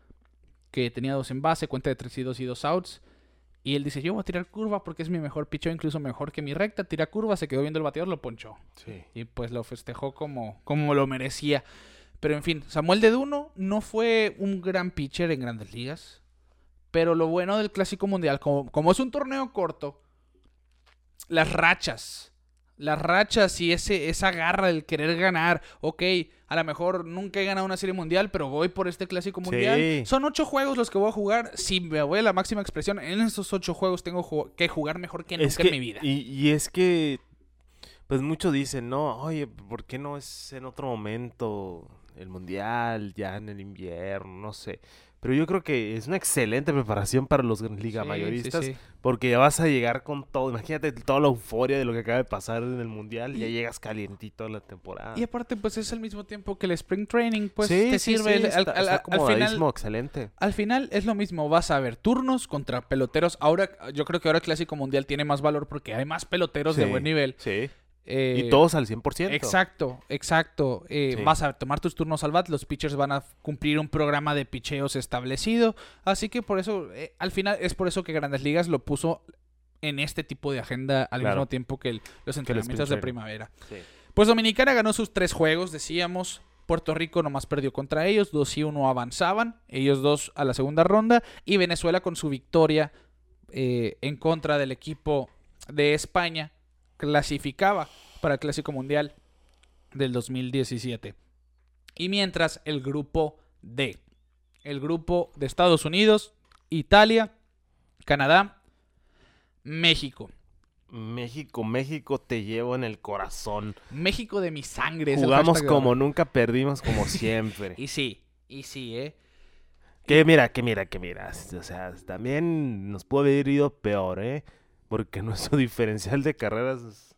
Que tenía dos en base, cuenta de tres y dos y dos outs. Y él dice, yo voy a tirar curva porque es mi mejor picheo, incluso mejor que mi recta. Tira curva, se quedó viendo el bateador, lo ponchó. Sí. Y pues lo festejó como, como lo merecía. Pero en fin, Samuel Deduno no fue un gran pitcher en Grandes Ligas. Pero lo bueno del Clásico Mundial, como, como es un torneo corto, las rachas... Las rachas y ese, esa garra del querer ganar. Ok, a lo mejor nunca he ganado una serie mundial, pero voy por este Clásico Mundial. Sí. Son ocho juegos los que voy a jugar. Si me voy a la máxima expresión, en esos ocho juegos tengo ju- que jugar mejor que nunca Es que, en mi vida. Y, y es que, pues muchos dicen, no, oye, ¿por qué no es en otro momento el mundial, ya en el invierno? No sé. Pero yo creo que es una excelente preparación para los liga Sí, mayoristas, sí, sí. porque ya vas a llegar con todo. Imagínate toda la euforia de lo que acaba de pasar en el mundial, y ya Y- llegas calientito a la temporada. Y aparte, pues es al mismo tiempo que el Spring Training, pues sí, te sí, sirve. sí, el- al, está, al- está al final, acomodadísimo, excelente. al final es lo mismo. Vas a ver turnos contra peloteros. Ahora, yo creo que ahora el Clásico Mundial tiene más valor porque hay más peloteros de Sí, buen nivel. Sí. Eh, Y todos al cien por ciento. Exacto, exacto. Eh, Sí. Vas a tomar tus turnos al bat, los pitchers van a cumplir un programa de picheos establecido, así que por eso, eh, al final, es por eso que Grandes Ligas lo puso en este tipo de agenda al Claro. mismo tiempo que el- los entrenamientos de training. primavera. Sí. Pues Dominicana ganó sus tres juegos, decíamos. Puerto Rico nomás perdió contra ellos, dos y uno avanzaban, ellos dos a la segunda ronda, y Venezuela con su victoria eh, en contra del equipo de España clasificaba para el Clásico Mundial del dos mil diecisiete. Y mientras el grupo D, el grupo de Estados Unidos, Italia, Canadá, México. México, México, te llevo en el corazón. México de mi sangre. es el Jugamos hashtag de como ahora. nunca, perdimos como siempre. Y sí, y sí, ¿eh? Que mira, que mira, que mira. O sea, también nos pudo haber ido peor, ¿eh? Porque nuestro diferencial de carreras es-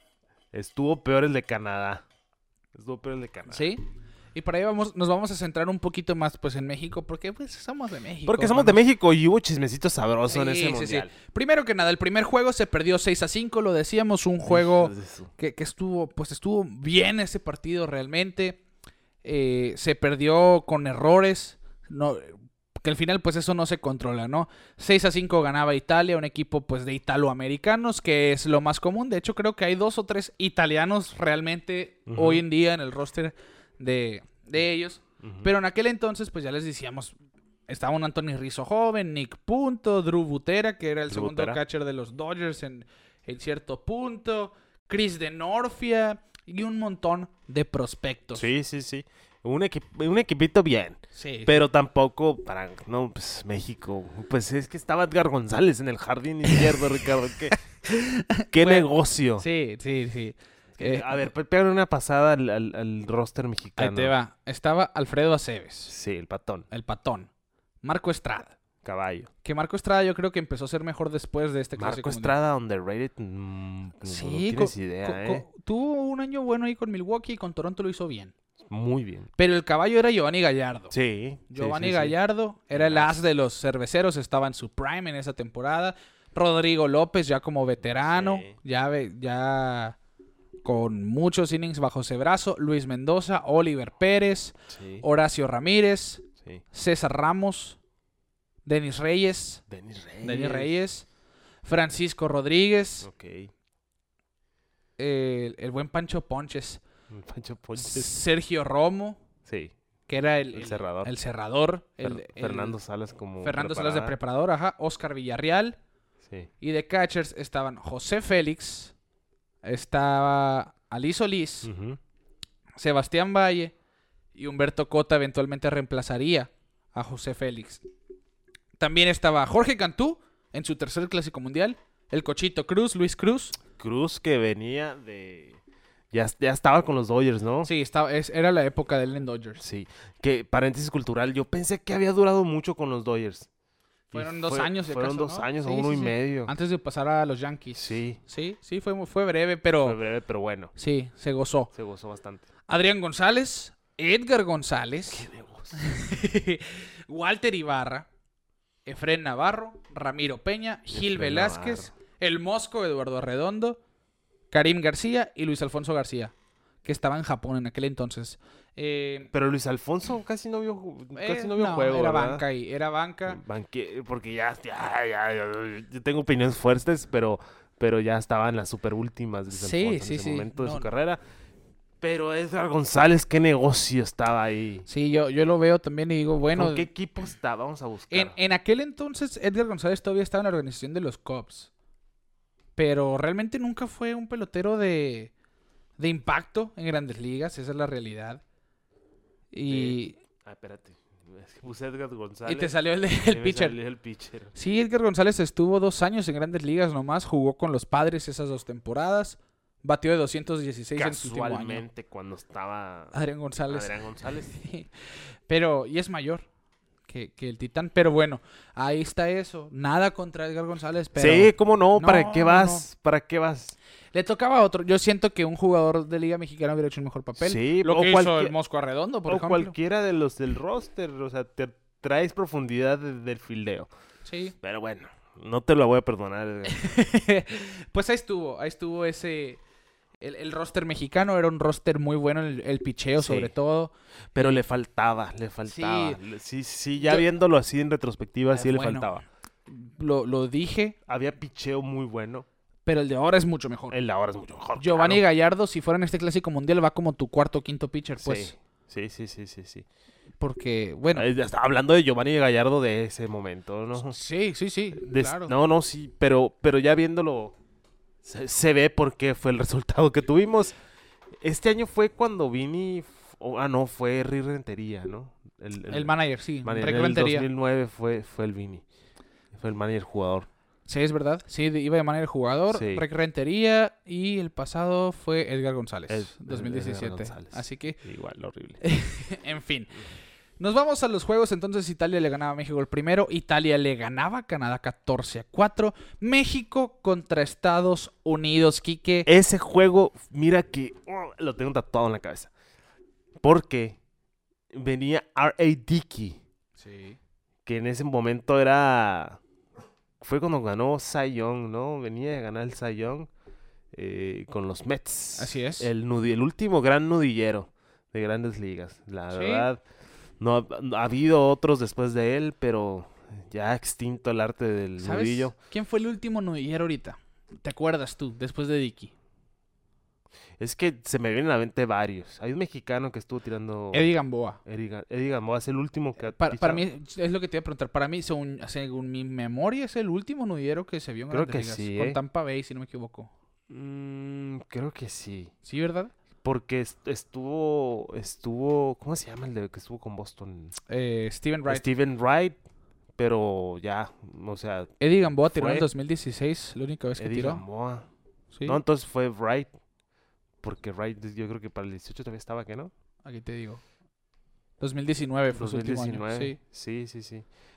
estuvo peor el de Canadá. Estuvo peor el de Canadá. Sí. Y por ahí vamos, nos vamos a centrar un poquito más pues en México, porque pues somos de México. Porque somos de hermanos. México y hubo chismecito sabroso en Sí, ese sí, mundial. sí. Primero que nada, el primer juego se perdió seis a cinco, lo decíamos, un juego Hijos de su- que, que estuvo, pues estuvo bien ese partido realmente. Eh, se perdió con errores, no, que al final pues eso no se controla, ¿no? seis a cinco ganaba Italia, un equipo pues de italoamericanos, que es lo más común. De hecho, creo que hay dos o tres italianos realmente Ujú. hoy en día en el roster de, de ellos. Ujú. Pero en aquel entonces, pues ya les decíamos, estaba un Anthony Rizzo joven, Nick Punto, Drew Butera, que era el Drew segundo Butera. catcher de los Dodgers en, en cierto punto, Chris Denorfia y un montón de prospectos. Sí, sí, sí. Un, equi- un equipito bien. Sí. Pero tampoco para... No, pues México. Pues es que estaba Edgar González en el jardín izquierdo, Ricardo. ¿Qué, qué Bueno, negocio? Sí, sí, sí. Que- Eh, a ver, pe- pégale una pasada al, al- al roster mexicano. Ahí te va. Estaba Alfredo Aceves, Sí, el patón. el patón. Marco Estrada, Caballo. Que Marco Estrada yo creo que empezó a ser mejor después de este Marco clásico Estrada, underrated. Mm, no sí, tienes co- idea, co- ¿eh? co- tuvo un año bueno ahí con Milwaukee y con Toronto lo hizo bien. Muy bien. Pero el caballo era Giovanni Gallardo. Sí. Giovanni sí, sí, sí. Gallardo era el El as as. de los cerveceros, estaba en su prime en esa temporada. Rodrigo López ya como veterano, Sí. ya, ve- ya con muchos innings bajo ese brazo. Luis Mendoza, Oliver Pérez, Sí. Horacio Ramírez, sí. César Ramos, Denis Reyes, Denis Reyes. Denis Reyes, Francisco Rodríguez, Ok. el, el buen Pancho Ponches, Pancho Ponches. Sergio Romo, Sí. que era el, El el- cerrador. el cerrador, Fer- el- el- Fernando Salas como Fernando Salas de preparador. preparador, ajá, Oscar Villarreal. Sí. Y de catchers estaban José Félix, estaba Ali Solís, Ujú. Sebastián Valle y Humberto Cota eventualmente reemplazaría a José Félix. También estaba Jorge Cantú en su tercer clásico mundial, el Cochito Cruz, Luis Cruz. Cruz que venía de... Ya, ya estaba con los Dodgers, ¿no? Sí, estaba, es- era la época de él en Dodgers. Sí. Que, paréntesis cultural, yo pensé que había durado mucho con los Dodgers. Y Fueron dos fue- años, si Fueron acaso, dos ¿no? años Sí, o uno sí, y sí. medio. Antes de pasar a los Yankees. Sí. Sí, sí, fue, fue breve, pero Fue breve, pero bueno. sí, se gozó. Se gozó bastante. Adrián González, Edgar González, Qué de voz. Walter Ibarra, Efrén Navarro, Ramiro Peña, Gil Efrén Velázquez, el Mosco Eduardo Arredondo, Karim García y Luis Alfonso García, que estaba en Japón en aquel entonces. Eh, Pero Luis Alfonso casi no vio, ju- casi eh, no vio no, juego, era ¿verdad? banca y era banca. Banque- porque ya, ya, ya, ya, yo tengo opiniones fuertes, pero, pero ya estaba en las super últimas Luis Sí, Alfonso sí, en ese sí. momento de No, su no. carrera. Pero Edgar González, qué negocio estaba ahí. Sí, yo, yo lo veo también y digo, bueno, ¿Con qué equipo está? Vamos a buscar. en, en aquel entonces Edgar González todavía estaba en la organización de los Cubs, pero realmente nunca fue un pelotero de, de impacto en Grandes Ligas, esa es la realidad. Y, Ah, espérate. Es que puse Edgar González. y te salió el, de- y el me pitcher. salió el pitcher. Sí, Edgar González estuvo dos años en Grandes Ligas nomás, jugó con los Padres esas dos temporadas, batió de doscientos dieciséis en su último año. Casualmente, cuando estaba Adrián González. Adrián González. Pero, y es mayor que, que el Titán, pero bueno, ahí está eso. Nada contra Edgar González, pero Sí, ¿cómo no? ¿Para No, qué no, vas? ¿Para qué vas? le tocaba a otro. Yo siento que un jugador de Liga Mexicana hubiera hecho un mejor papel. Sí, Lo o que hizo cualquier- el Mosco Arredondo, por o ejemplo. cualquiera de los del roster. O sea, te traes profundidad de- del fildeo. Sí. Pero bueno, no te lo voy a perdonar, Edgar. Pues ahí estuvo, ahí estuvo ese... El, el roster mexicano era un roster muy bueno, el, el picheo Sí. sobre todo. Pero Y- le faltaba, le faltaba. Sí. Le- Sí, sí, ya Yo- viéndolo así en retrospectiva, Ah, sí le bueno. faltaba. Lo, lo dije, Había picheo muy bueno. pero el de ahora es mucho mejor. El de ahora es mucho mejor. Giovanni claro. Gallardo, si fuera en este clásico mundial, va como tu cuarto o quinto pitcher, pues. Sí, sí, sí, sí, sí. sí. Porque, bueno. Eh, ya estaba hablando de Giovanni Gallardo de ese momento, ¿no? Sí, sí, sí. Des- claro. No, no, sí, pero, pero ya viéndolo, se, se ve por qué fue el resultado que tuvimos. Este año fue cuando Vini, f- oh, ah, no, fue Rick Rentería, ¿no? El manager, sí. manager. Rick En el Rentería. dos mil nueve fue, fue el Vini. Fue el manager jugador. Sí, es verdad. Sí, de- iba de manager jugador. Sí. Rick Rentería. Y el pasado fue Edgar González. Ed- dos mil diecisiete. Edgar González. Así que, Igual, horrible. en fin. Nos vamos a los juegos. Entonces Italia le ganaba a México el primero. Italia le ganaba a Canadá catorce a cuatro. México contra Estados Unidos, Quique. Ese juego, mira que oh, lo tengo tatuado en la cabeza. Porque venía R A. Dickey, Sí. que en ese momento era... Fue cuando ganó Cy Young, ¿no? Venía de ganar el Cy Young eh, con los Mets. Así es. El, nudi- el último gran nudillero de Grandes Ligas. La Sí. verdad, no ha, no ha habido otros después de él, pero ya extinto el arte del ¿Sabes nudillo. quién fue el último nudillero ahorita? ¿Te acuerdas tú, después de Dicky? Es que se me vienen a la mente varios. Hay un mexicano que estuvo tirando... Eddie Gamboa. Eddie Ga- Eddie Gamboa es el último que ha Para, para pisado. mí, es lo que te iba a preguntar. Para mí, según, según mi memoria, es el último nudillero que se vio en Creo Grandes que Ligas. sí, Con ¿eh? Tampa Bay, si no me equivoco. Mm, creo que sí. ¿Sí, verdad? Porque est- estuvo... Estuvo... ¿Cómo se llama el de que estuvo con Boston? Eh, Steven Wright. Steven Wright. Pero ya, o sea... Eddie Gamboa tiró en Fue- dos mil dieciséis, la única vez que Eddie tiró. Gamboa. Sí, No, entonces fue Wright. Porque Wright, yo creo que para el dieciocho todavía estaba, ¿qué no? aquí te digo. dos mil diecinueve fue su último año. dos mil diecinueve. Sí. Sí, sí, sí.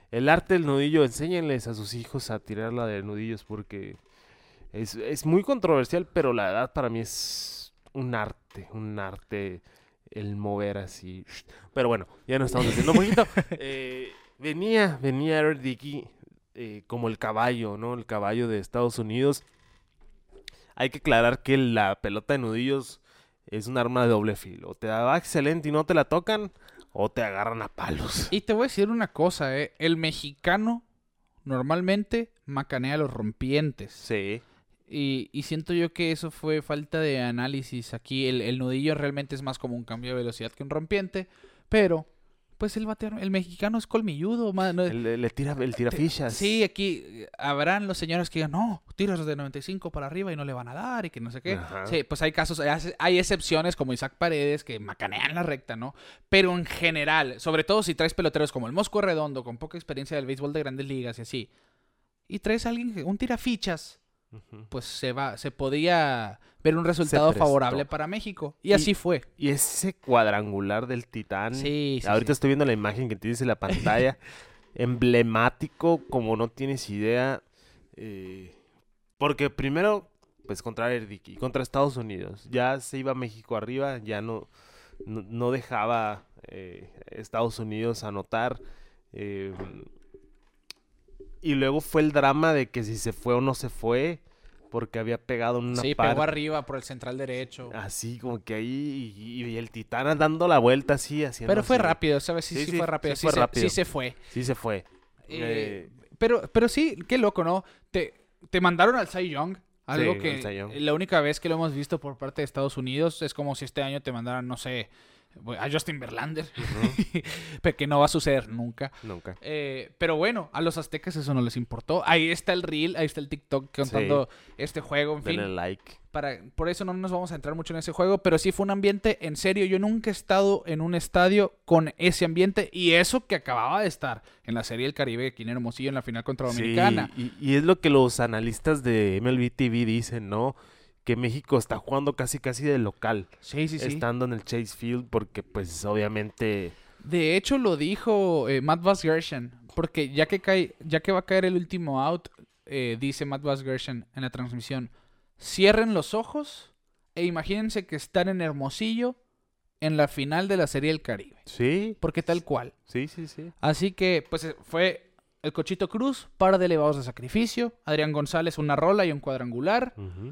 el arte del nudillo, enséñenles a sus hijos a tirarla de nudillos porque es, es muy controversial, pero la verdad para mí es un arte, un arte el mover así. Pero bueno, ya nos estamos haciendo un poquito. Eh, venía, venía Eric Dickey eh, como el caballo, ¿no? El caballo de Estados Unidos. Hay que aclarar que la pelota de nudillos es un arma de doble filo. O te va excelente y no te la tocan, o te agarran a palos. Y te voy a decir una cosa, ¿eh? El mexicano normalmente macanea los rompientes. Sí. Y, y siento yo que eso fue falta de análisis. Aquí el, el nudillo realmente es más como un cambio de velocidad que un rompiente. Pero, pues el bateador, el mexicano es colmilludo. Man, El, el, el tira, el tira fichas. Sí, aquí habrán los señores que digan, no, tiras de noventa y cinco para arriba y no le van a dar y que no sé qué. Ajá. Sí, pues hay casos, hay, hay excepciones como Isaac Paredes que macanean la recta, ¿no? Pero en general, sobre todo si traes peloteros como el Mosco Redondo, con poca experiencia del béisbol de grandes ligas y así, y traes a alguien, que- un tirafichas, Ujú. pues se va, se podía ver un resultado prestó. favorable para México. Y, Y- así fue. Y ese cuadrangular del Titán. Sí, sí, Ahorita sí. estoy viendo la imagen que tienes en la pantalla. Emblemático, como no tienes idea. eh, porque primero, pues contra Erdick y contra Estados Unidos. Ya se iba México arriba, ya no, no, no dejaba eh, Estados Unidos anotar. eh, y luego fue el drama de que si se fue o no se fue. Porque había pegado en una Sí, parte. pegó arriba por el central derecho. Así como que ahí y, y el Titán dando la vuelta así, haciendo Pero fue así. rápido, ¿sabes? Sí, Sí, sí, sí, fue rápido. sí Sí, fue se, rápido. sí se fue. Sí se fue. Eh, Eh, pero, pero sí, qué loco, ¿no? Te, te mandaron al Cy Young. Algo Sí, que al Cy Young. la única vez que lo hemos visto por parte de Estados Unidos es como si este año te mandaran, no sé, a Justin Verlander. Pero que no va a suceder nunca. nunca. Eh, pero bueno, a los aztecas eso no les importó. Ahí está el reel, ahí está el TikTok contando este juego, en fin. Denle like. Para, por eso no nos vamos a entrar mucho en ese juego, pero sí fue un ambiente, en serio, yo nunca he estado en un estadio con ese ambiente, y eso que acababa de estar en la Serie del Caribe aquí en Hermosillo en la final contra Dominicana. Sí, y, y es lo que los analistas de M L B T V dicen, ¿no? Que México está jugando casi casi de local. Sí, sí, sí. Estando en el Chase Field porque pues obviamente... De hecho lo dijo eh, Matt Vasgersian, porque ya que cae, ya que va a caer el último out, eh, dice Matt Vasgersian en la transmisión, cierren los ojos e imagínense que están en Hermosillo en la final de la Serie del Caribe. Sí, Porque tal cual. sí, sí, sí. Así que, pues eh, fue el Cochito Cruz, par de elevados de sacrificio, Adrián González una rola y un cuadrangular, Ujú.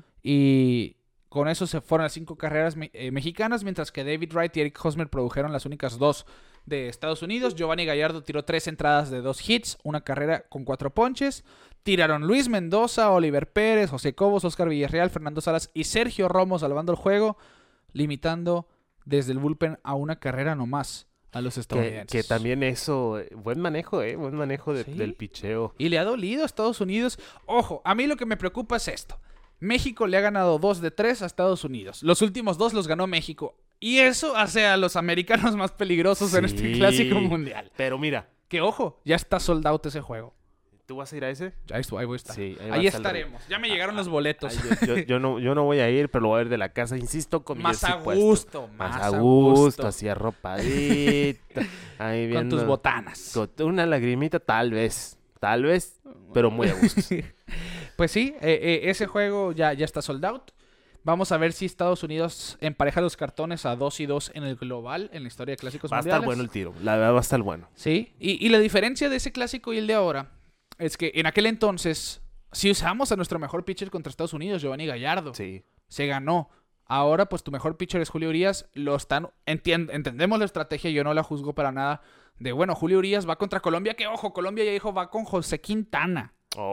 y con eso se fueron las cinco carreras me- eh, mexicanas, mientras que David Wright y Eric Hosmer produjeron las únicas dos de Estados Unidos. Giovanni Gallardo tiró tres entradas de dos hits, una carrera con cuatro ponches. Tiraron Luis Mendoza, Oliver Pérez, José Cobos, Oscar Villarreal, Fernando Salas y Sergio Romo salvando el juego, limitando desde el bullpen a una carrera nomás a los Que, estadounidenses. que también eso, eh, buen manejo, ¿eh? Buen manejo de- Sí. del picheo. Y le ha dolido a Estados Unidos. Ojo, a mí lo que me preocupa es esto. México le ha ganado dos de tres a Estados Unidos. Los últimos dos los ganó México. Y eso hace a los americanos más peligrosos en este Sí. clásico mundial. Pero mira, Que ojo, ya está sold out ese juego. ¿tú vas a ir a ese? Ya estu- ahí voy a estar. Sí, ahí va ahí a estar el rey. estaremos. Ya me llegaron los boletos. Ay, yo, yo- yo no, yo no voy a ir, pero lo voy a ver de la casa. Insisto, con mi Más jersey a puesto. gusto, Más más a a gusto, gusto. así arropadita. Ahí Con viendo, tus botanas. con una lagrimita, tal vez. Tal vez, pero muy a gusto. Pues sí, eh, eh, ese juego ya, ya está sold out. Vamos a ver si Estados Unidos empareja los cartones a dos y dos en el global, en la historia de clásicos Va a mundiales. estar bueno el tiro. La verdad va a estar bueno. Sí, y, y la diferencia de ese clásico y el de ahora es que en aquel entonces, si usamos a nuestro mejor pitcher contra Estados Unidos, Giovanni Gallardo, Sí. se ganó. Ahora, pues tu mejor pitcher es Julio Urias. Lo están, entien- entendemos la estrategia, yo no la juzgo para nada. De bueno, Julio Urias va contra Colombia, que ojo, Colombia ya dijo va con José Quintana.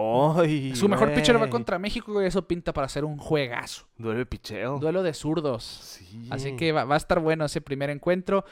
Ay, Su mejor pitcher va güey. contra México y eso pinta para ser un juegazo. Duele el picheo. Duelo de zurdos. Sí. Así que va, va a estar bueno ese primer encuentro.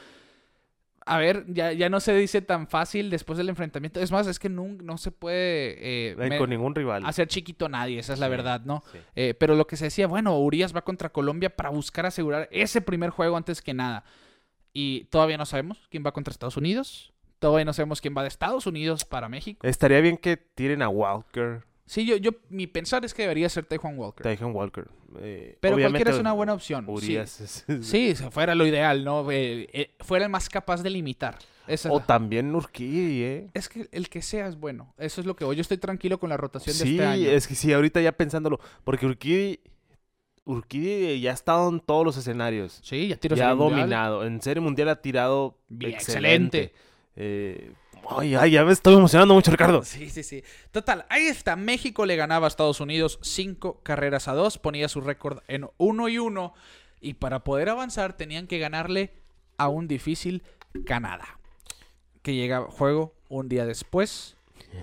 A ver, ya, ya no se dice tan fácil después del enfrentamiento. Es más, es que no, no se puede eh, No hay me- con ningún rival. hacer chiquito a nadie, esa es la Sí, verdad, ¿no? sí. Eh, pero lo que se decía, bueno, Urias va contra Colombia para buscar asegurar ese primer juego antes que nada. Y todavía no sabemos quién va contra Estados Unidos. Todavía no sabemos quién va de Estados Unidos para México. Estaría bien que tiren a Walker. Sí, yo, yo, mi pensar es que debería ser Taijuan Walker. Taijuan Walker. Eh, Pero obviamente, cualquiera es una buena opción. Urias Sí, es- sí, si fuera lo ideal, ¿no? Eh, eh, fuera el más capaz de limitar. Esa es, O la- también Urquidi, ¿eh? es que el que sea es bueno. Eso es lo que voy. Yo estoy tranquilo con la rotación de Sí, este año. es que sí, ahorita ya pensándolo. Porque Urquidi, Urquidi ya ha estado en todos los escenarios. Sí, ya tiro Ya ha Serie Mundial. dominado. En Serie Mundial ha tirado Bien, excelente. excelente. Eh, ay, ay, ya me estoy emocionando mucho, Ricardo. Sí, sí, sí. Total, ahí está. México le ganaba a Estados Unidos cinco carreras a dos. Ponía su récord en uno y uno. Y para poder avanzar tenían que ganarle a un difícil Canadá. Que llega a juego un día después.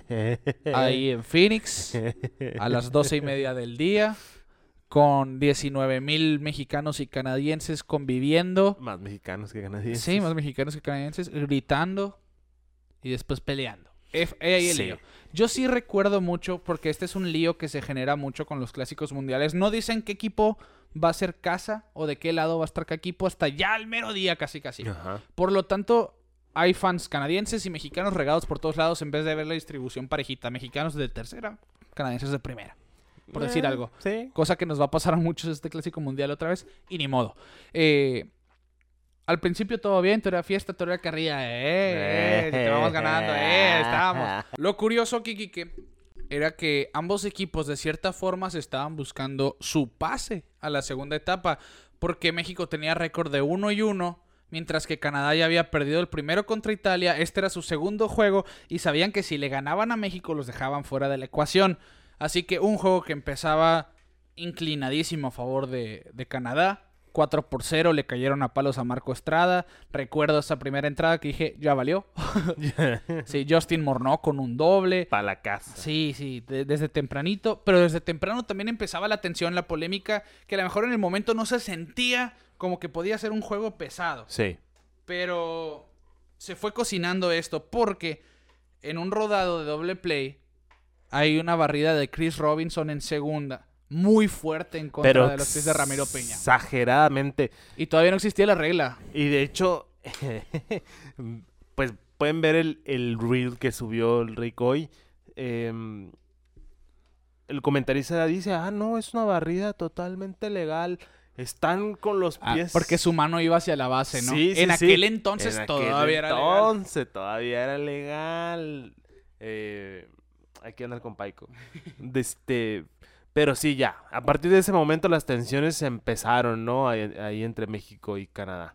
Ahí en Phoenix. A las doce y media del día. Con diecinueve mil mexicanos y canadienses conviviendo. Más mexicanos que canadienses. Sí, más mexicanos que canadienses. Gritando. Y después peleando. F- eh, ahí el Sí. lío. Yo sí recuerdo mucho, porque este es un lío que se genera mucho con los clásicos mundiales. No dicen qué equipo va a ser casa o de qué lado va a estar qué equipo hasta ya al mero día casi casi. Ajá. Por lo tanto, hay fans canadienses y mexicanos regados por todos lados en vez de ver la distribución parejita. Mexicanos de tercera, canadienses de primera. Por decir Eh, algo. Sí. Cosa que nos va a pasar a muchos este clásico mundial otra vez. Y ni modo. Eh, al principio todo bien, todo era fiesta, todo era carrilla. Eh, eh, te vamos ganando, eh, estábamos. Lo curioso, Kiki, que era que ambos equipos de cierta forma se estaban buscando su pase a la segunda etapa. Porque México tenía récord de uno y uno. Mientras que Canadá ya había perdido el primero contra Italia. Este era su segundo juego. Y sabían que si le ganaban a México los dejaban fuera de la ecuación. Así que un juego que empezaba inclinadísimo a favor de, de Canadá. cuatro por cero le cayeron a palos a Marco Estrada. Recuerdo esa primera entrada que dije, ya valió. Sí, Justin Morneau con un doble. Para la casa. Sí, sí, de- desde tempranito. Pero desde temprano también empezaba la tensión, la polémica. Que a lo mejor en el momento no se sentía como que podía ser un juego pesado. Sí. Pero se fue cocinando esto porque en un rodado de doble play hay una barrida de Chris Robinson en segunda. Muy fuerte en contra Pero de los pies de Ramiro Peña. exageradamente. Y todavía no existía la regla. Y de hecho, pues pueden ver el, el reel que subió el Rick hoy. Em, el comentarista dice, ah, no, es una barrida totalmente legal. Están con los Ah, pies... porque su mano iba hacia la base, ¿no? Sí, sí, en sí. aquel entonces En aquel todavía era legal. entonces todavía era legal. Eh, aquí anda con Paico. De este, pero sí, ya. A partir de ese momento las tensiones se empezaron, ¿no? Ahí, ahí entre México y Canadá.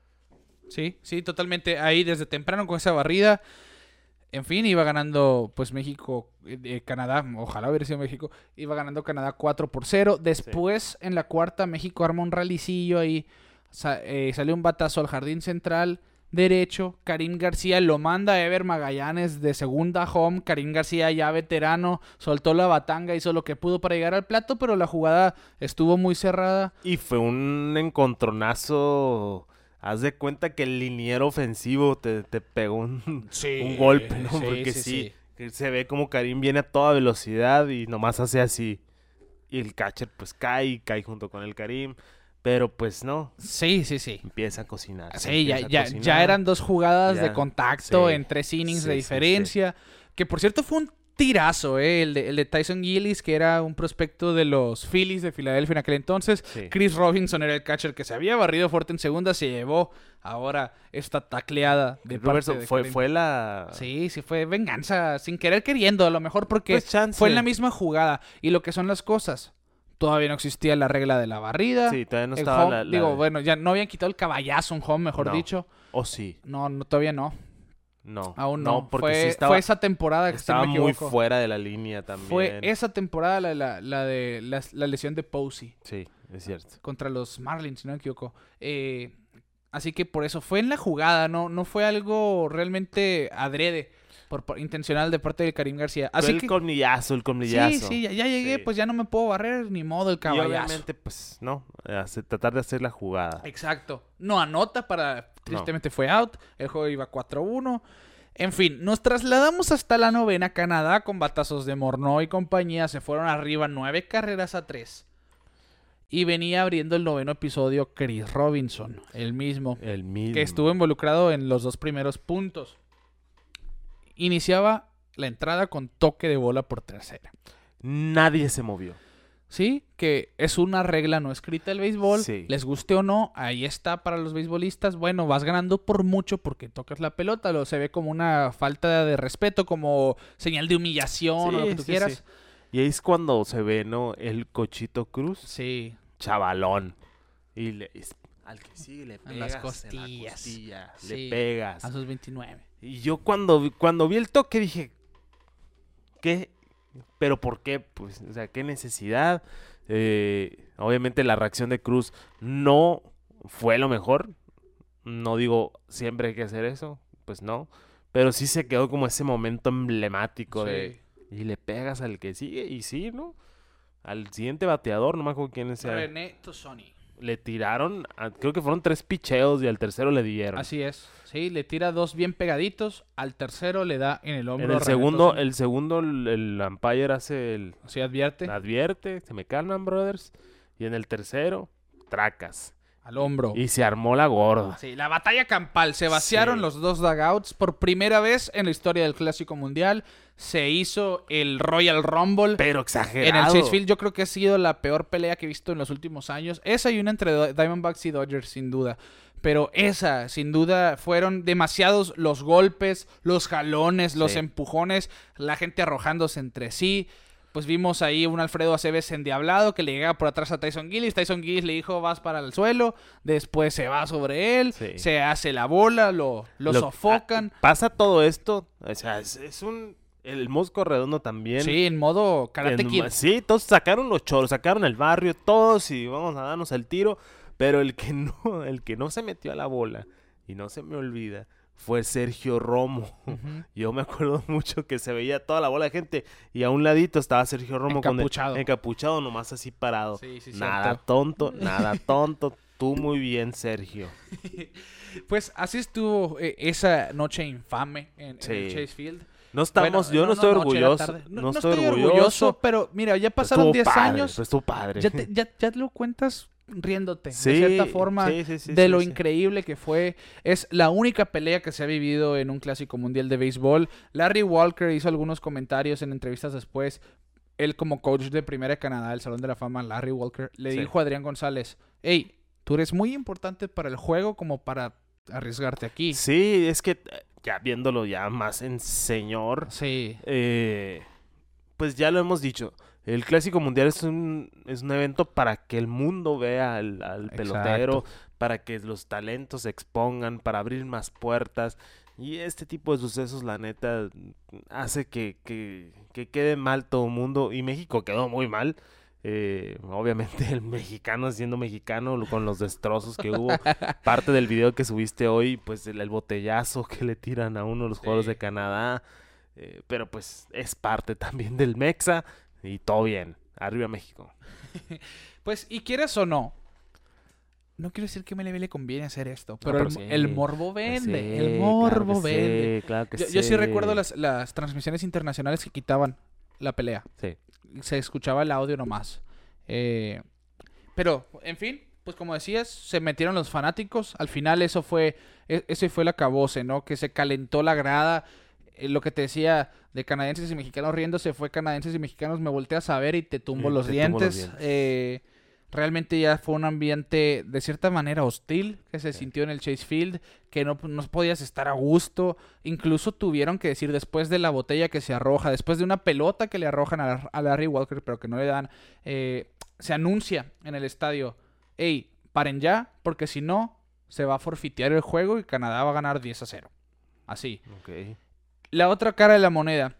Sí, sí, totalmente. Ahí desde temprano con esa barrida. En fin, iba ganando pues México, eh, eh, Canadá, ojalá hubiera sido México, iba ganando Canadá cuatro por cero. Después, en la cuarta, México arma un rallycillo ahí, sa- eh, salió un batazo al jardín central derecho, Karim García lo manda a Ever Magallanes de segunda home, Karim García ya veterano, soltó la batanga, hizo lo que pudo para llegar al plato, pero la jugada estuvo muy cerrada. Y fue un encontronazo. Haz de cuenta que el liniero ofensivo te, te pegó un, Sí, un golpe, ¿no? sí, Porque sí, sí, sí. que se ve como Karim viene a toda velocidad y nomás hace así. Y el catcher pues cae y cae junto con el Karim. Pero pues no, Sí, sí, sí. empieza a cocinar. se Sí, ya, empieza a ya, cocinar. ya eran dos jugadas Ya, de contacto sí, en tres innings sí, de sí, diferencia. Que por cierto fue un tirazo, ¿eh? El de, el de Tyson Gillis, que era un prospecto de los Phillies de Filadelfia en aquel entonces. Sí. Chris Robinson era el catcher que se había barrido fuerte en segunda. Se llevó ahora esta tacleada de parte Robertson, de fue, Karim. fue la... Sí, sí, fue venganza, sin querer queriendo, a lo mejor porque Pues chance. fue en la misma jugada. Y lo que son las cosas, todavía no existía la regla de la barrida. Sí, todavía no El estaba home, la... la- Digo, bueno, ya no habían quitado el caballazo, un home, mejor No. dicho. ¿O sí? No, no, todavía no. No. Aún no. porque fue, sí estaba, fue esa temporada que si no estaba me muy equivoco. fuera de la línea también. Fue esa temporada la, la, la de la, la lesión de Posey Sí, es cierto. contra los Marlins, si no me equivoco. Eh, así que por eso fue en la jugada, no, no fue algo realmente adrede, por, por- intencional de parte de Karim García. Fue Así el que colmillazo, el colmillazo. sí, sí, ya, ya llegué, Sí. pues ya no me puedo barrer ni modo el Y caballazo. obviamente, pues, no, hace- tratar de hacer la jugada. Exacto. No anota para... Tristemente fue out. El juego iba cuatro uno. En fin, nos trasladamos hasta la novena. Canadá con batazos de Morneau y compañía. Se fueron arriba nueve carreras a tres. Y venía abriendo el noveno episodio Chris Robinson. El mismo. El mismo. Que estuvo involucrado en los dos primeros puntos. Iniciaba la entrada con toque de bola por tercera. nadie se movió. Sí, que es una regla no escrita del béisbol, Sí. les guste o no, ahí está para los beisbolistas. Bueno, vas ganando por mucho porque tocas la pelota, lo se ve como una falta de respeto, como señal de humillación o lo que tú Sí, quieras. sí. Y ahí es cuando se ve, ¿no? El Cochito Cruz, Sí, chavalón. Y le, es- al que sigue le En pegas las en la costillas. costilla, Sí, le pegas. a sus veintinueve. Y yo cuando, vi- cuando vi el toque dije, ¿qué? ¿Pero por qué? Pues, o sea, ¿qué necesidad? Eh, obviamente la reacción de Cruz no fue lo mejor. No digo siempre hay que hacer eso, pues no. Pero sí se quedó como ese momento emblemático de... Y le pegas al que sigue, y sí, ¿no? Al siguiente bateador, no me acuerdo quién es. René Tosoni. Le tiraron, a- creo que fueron tres picheos y al tercero le dieron. Así es. Sí, le tira dos bien pegaditos, al tercero le da en el hombro. En a el René segundo, Tosoni. el segundo, el, el umpire hace el... Sí, advierte. advierte, se me calman, brothers. Y en el tercero, tracas. Al hombro. Y se armó la gorda. Sí, la batalla campal. Se vaciaron Sí. los dos dugouts por primera vez en la historia del Clásico Mundial. Se hizo el Royal Rumble. Pero En exagerado. el Chase Field yo creo que ha sido la peor pelea que he visto en los últimos años. Esa y una entre Do- Diamondbacks y Dodgers, sin duda. Pero esa, sin duda, fueron demasiados los golpes, los jalones, los Sí. empujones, la gente arrojándose entre sí. Pues vimos ahí un Alfredo Aceves endiablado que le llegaba por atrás a Tyson Gillis. Tyson Gillis le dijo, vas para el suelo. Después se va sobre él, Sí. se hace la bola, lo, lo, Lo- sofocan. ah, pasa todo esto. O sea, es, es un... El Mosco Redondo también. Sí, en modo Karate En- Kid. Sí, todos sacaron los choros, sacaron el barrio, todos y vamos a darnos el tiro. Pero el que no, el que no se metió a la bola, y no se me olvida, fue Sergio Romo. Ujú. Yo me acuerdo mucho que se veía toda la bola de gente y a un ladito estaba Sergio Romo Encapuchado. con el, encapuchado nomás así parado. Sí, sí, Nada cierto. tonto, nada tonto. Tú muy bien, Sergio. Pues así estuvo eh, esa noche infame en, en Sí. el Chase Field. No estamos, Bueno, yo no, estoy noche, era orgulloso. tarde. No, No, no estoy, orgulloso. pero mira, ya pero pasaron estuvo diez padre, años. pero estuvo padre. Ya, te, ya, ya lo cuentas riéndote, Sí, de cierta forma, sí, sí, sí, de sí, lo sí. increíble que fue. Es la única pelea que se ha vivido en un Clásico Mundial de béisbol. Larry Walker hizo algunos comentarios en entrevistas después. Él como coach de Primera de Canadá, el Salón de la Fama, Larry Walker, le Sí. dijo a Adrián González, hey, tú eres muy importante para el juego como para arriesgarte aquí. Sí, es que eh, ya viéndolo ya más en señor, Sí, eh, pues ya lo hemos dicho. El Clásico Mundial es un, es un evento para que el mundo vea al, al pelotero, para que los talentos se expongan, para abrir más puertas. Y este tipo de sucesos, la neta, hace que, que, que quede mal todo el mundo. Y México quedó muy mal. Eh, obviamente el mexicano siendo mexicano lo- con los destrozos que hubo. Parte del video que subiste hoy, pues el, el botellazo que le tiran a uno de los Sí. jugadores de Canadá. Eh, pero pues es parte también del Mexa. Y todo bien. Arriba México. pues y quieres o no, no quiero decir que M L B le conviene hacer esto, pero, pero el, sí. el morbo vende, Sí, el claro morbo que vende. sí, claro que Yo, yo sí sí. recuerdo las, las transmisiones internacionales que quitaban la pelea. Sí. Se escuchaba el audio nomás. Eh, pero, en fin, pues como decías, se metieron los fanáticos. Al final eso fue, e- ese fue el acabose, ¿no? Que se calentó la grada. Eh, lo que te decía de canadienses y mexicanos riéndose fue canadienses y mexicanos, me volteas a ver y te tumbo, Y los, te tumbo los dientes. dientes. Eh, realmente ya fue un ambiente de cierta manera hostil que se sintió en el Chase Field, que no, no podías estar a gusto. Incluso tuvieron que decir después de la botella que se arroja, después de una pelota que le arrojan a, a Larry Walker, pero que no le dan, eh, se anuncia en el estadio, hey, paren ya, porque si no, se va a forfitear el juego y Canadá va a ganar diez a cero. Así. Ok. La otra cara de la moneda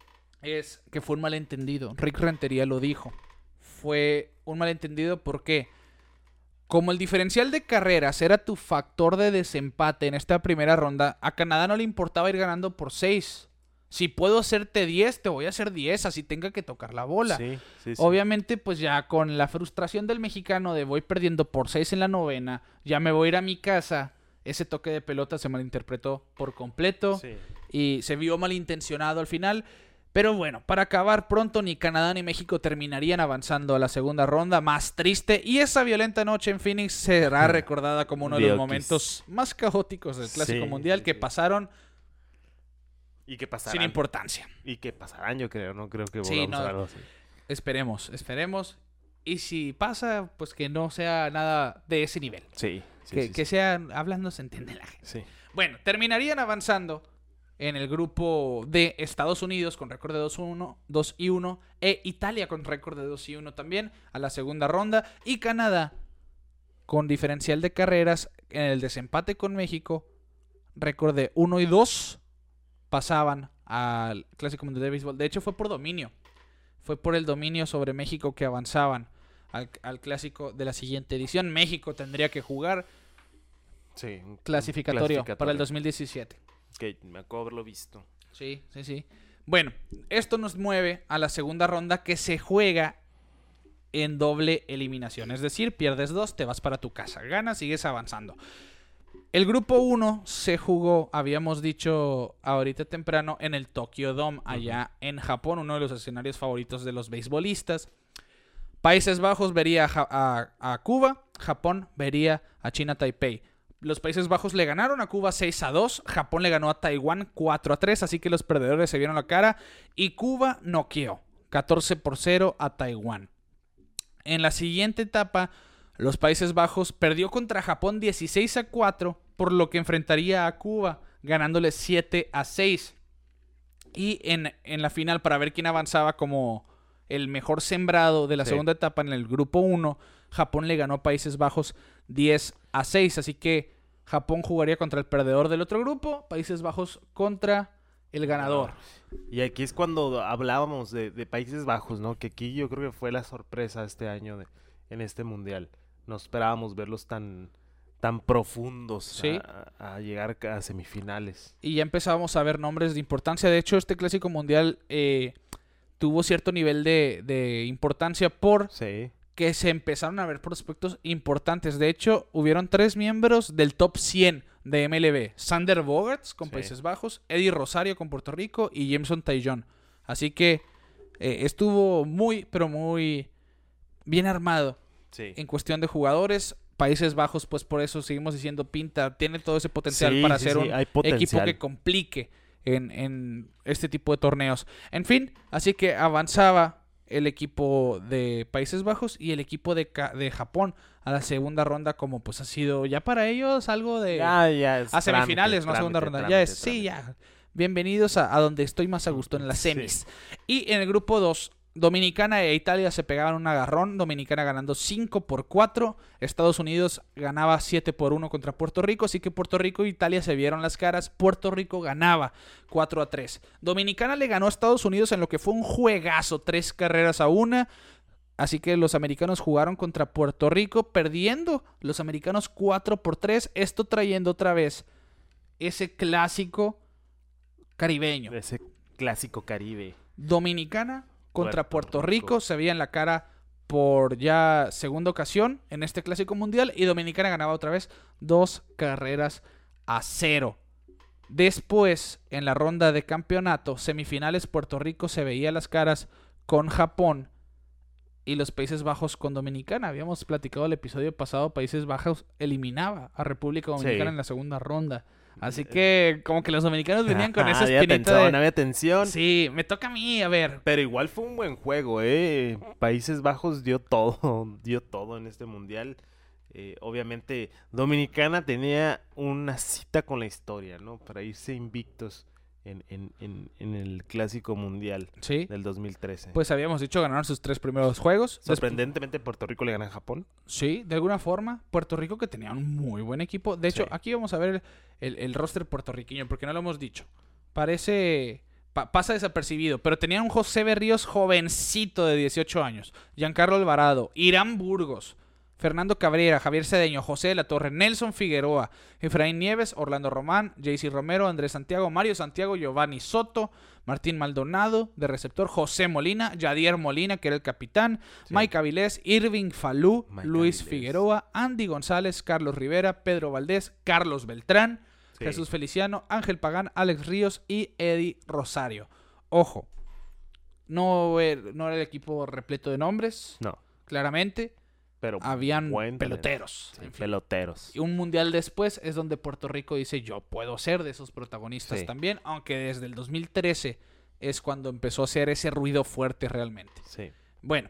es que fue un malentendido. Rick Rentería lo dijo. Fue un malentendido porque como el diferencial de carreras era tu factor de desempate en esta primera ronda, a Canadá no le importaba ir ganando por seis. Si puedo hacerte diez, te voy a hacer diez, así tenga que tocar la bola. Sí, sí, sí. Obviamente, pues ya con la frustración del mexicano de voy perdiendo por seis en la novena, ya me voy a ir a mi casa, ese toque de pelota se malinterpretó por completo. Sí. Y se vio malintencionado al final. Pero bueno, para acabar pronto, ni Canadá ni México terminarían avanzando a la segunda ronda. Más triste. Y esa violenta noche en Phoenix será recordada como uno de los Diokis. momentos más caóticos del Clásico Sí, Mundial sí, que sí. pasaron ¿Y qué pasará? sin importancia. ¿Y qué pasarán? Yo creo, no creo que Sí, volvamos no. a ver algo así. Esperemos, esperemos. Y si pasa, pues que no sea nada de ese nivel. Sí. sí que sí, que sí. sea, hablando se entiende la gente. Sí. Bueno, terminarían avanzando en el grupo de Estados Unidos con récord de dos y uno e Italia con récord de dos y uno también a la segunda ronda y Canadá con diferencial de carreras en el desempate con México, récord de uno y dos, pasaban al Clásico Mundial de Béisbol. De hecho fue por dominio, fue por el dominio sobre México que avanzaban al, al Clásico de la siguiente edición. México tendría que jugar Sí, un- un clasificatorio, clasificatorio. para el dos mil diecisiete. Que me acuerdo haberlo visto. Sí, sí, sí. Bueno, esto nos mueve a la segunda ronda que se juega en doble eliminación. Es decir, pierdes dos, te vas para tu casa. Ganas, sigues avanzando. El grupo uno se jugó, habíamos dicho ahorita temprano, en el Tokyo Dome, allá en Japón, uno de los escenarios favoritos de los beisbolistas. Países Bajos vería a, Ja- a- a Cuba, Japón vería a China Taipei. Los Países Bajos le ganaron a Cuba seis a dos, Japón le ganó a Taiwán cuatro a tres, así que los perdedores se vieron la cara y Cuba noqueó catorce por cero a Taiwán. En la siguiente etapa, los Países Bajos perdió contra Japón dieciséis a cuatro, por lo que enfrentaría a Cuba ganándole siete a seis. Y en, en la final, para ver quién avanzaba como el mejor sembrado de la Sí. segunda etapa en el grupo uno, Japón le ganó a Países Bajos diez a seis. Así que Japón jugaría contra el perdedor del otro grupo, Países Bajos contra el ganador. Y aquí es cuando hablábamos de, de Países Bajos, ¿no? Que aquí yo creo que fue la sorpresa este año de, en este mundial. No esperábamos verlos tan, tan profundos Sí. a, a llegar a semifinales. Y ya empezábamos a ver nombres de importancia. De hecho, este Clásico Mundial eh, tuvo cierto nivel de, de importancia por Sí. que se empezaron a ver prospectos importantes. De hecho, hubieron tres miembros del top cien de M L B. Sander Bogarts con Sí. Países Bajos, Eddie Rosario con Puerto Rico y Jameson Taillon. Así que eh, estuvo muy, pero muy bien armado Sí. en cuestión de jugadores. Países Bajos, pues por eso seguimos diciendo pinta, tiene todo ese potencial Sí, para sí, ser sí, un hay equipo potencial. que complique en, en este tipo de torneos. En fin, así que avanzaba el equipo de Países Bajos y el equipo de, Ca- de Japón a la segunda ronda, como pues ha sido ya para ellos algo de... Ya, ya es a semifinales, trámite, no segunda trámite, ronda. ya trámite, es, sí, trámite. ya. Bienvenidos a, a donde estoy más a gusto, en las Sí. semis. Y en el grupo dos, Dominicana e Italia se pegaban un agarrón. Dominicana ganando cinco por cuatro. Estados Unidos ganaba siete por uno contra Puerto Rico. Así que Puerto Rico e Italia se vieron las caras. Puerto Rico ganaba cuatro a tres. Dominicana le ganó a Estados Unidos en lo que fue un juegazo, tres carreras a una. Así que los americanos jugaron contra Puerto Rico, perdiendo los americanos cuatro por tres. Esto trayendo otra vez ese clásico caribeño. Ese clásico Caribe. Dominicana contra Puerto Puerto Rico. Rico. Se veía en la cara por ya segunda ocasión en este Clásico Mundial. Y Dominicana ganaba otra vez dos carreras a cero. Después, en la ronda de campeonato, semifinales, Puerto Rico se veía las caras con Japón y los Países Bajos con Dominicana. Habíamos platicado el episodio pasado, Países Bajos eliminaba a República Dominicana Sí. en la segunda ronda. Así que como que los dominicanos venían con esa había espinita tensión, de... había tensión. Sí, me toca a mí, a ver. Pero igual fue un buen juego, ¿eh? Países Bajos dio todo, dio todo en este mundial. Eh, obviamente, Dominicana tenía una cita con la historia, ¿no? Para irse invictos en, en, en, en el Clásico Mundial Sí. del dos mil trece. Pues habíamos dicho ganaron sus tres primeros juegos. Después- Sorprendentemente, Puerto Rico le gana a Japón. Sí, de alguna forma. Puerto Rico que tenía un muy buen equipo. De hecho, Sí. aquí vamos a ver el, el roster puertorriqueño, porque no lo hemos dicho. Parece... pa- pasa desapercibido, pero tenía un José Berríos jovencito de dieciocho años. Giancarlo Alvarado, Irán Burgos, Fernando Cabrera, Javier Cedeño, José de la Torre, Nelson Figueroa, Efraín Nieves, Orlando Román, J C Romero, Andrés Santiago, Mario Santiago, Giovanni Soto, Martín Maldonado, de receptor, José Molina, Yadier Molina, que era el capitán, Sí. Mike Avilés, Irving Falú, Mike Luis Avilés. Figueroa, Andy González, Carlos Rivera, Pedro Valdés, Carlos Beltrán, Sí. Jesús Feliciano, Ángel Pagán, Alex Ríos y Eddie Rosario. Ojo, no era, no era el equipo repleto de nombres, No, claramente. pero Habían buen talento. peloteros. Sí, En fin. peloteros. Y un mundial después es donde Puerto Rico dice, yo puedo ser de esos protagonistas Sí. también, aunque desde el dos mil trece es cuando empezó a hacer ese ruido fuerte realmente. Sí. Bueno,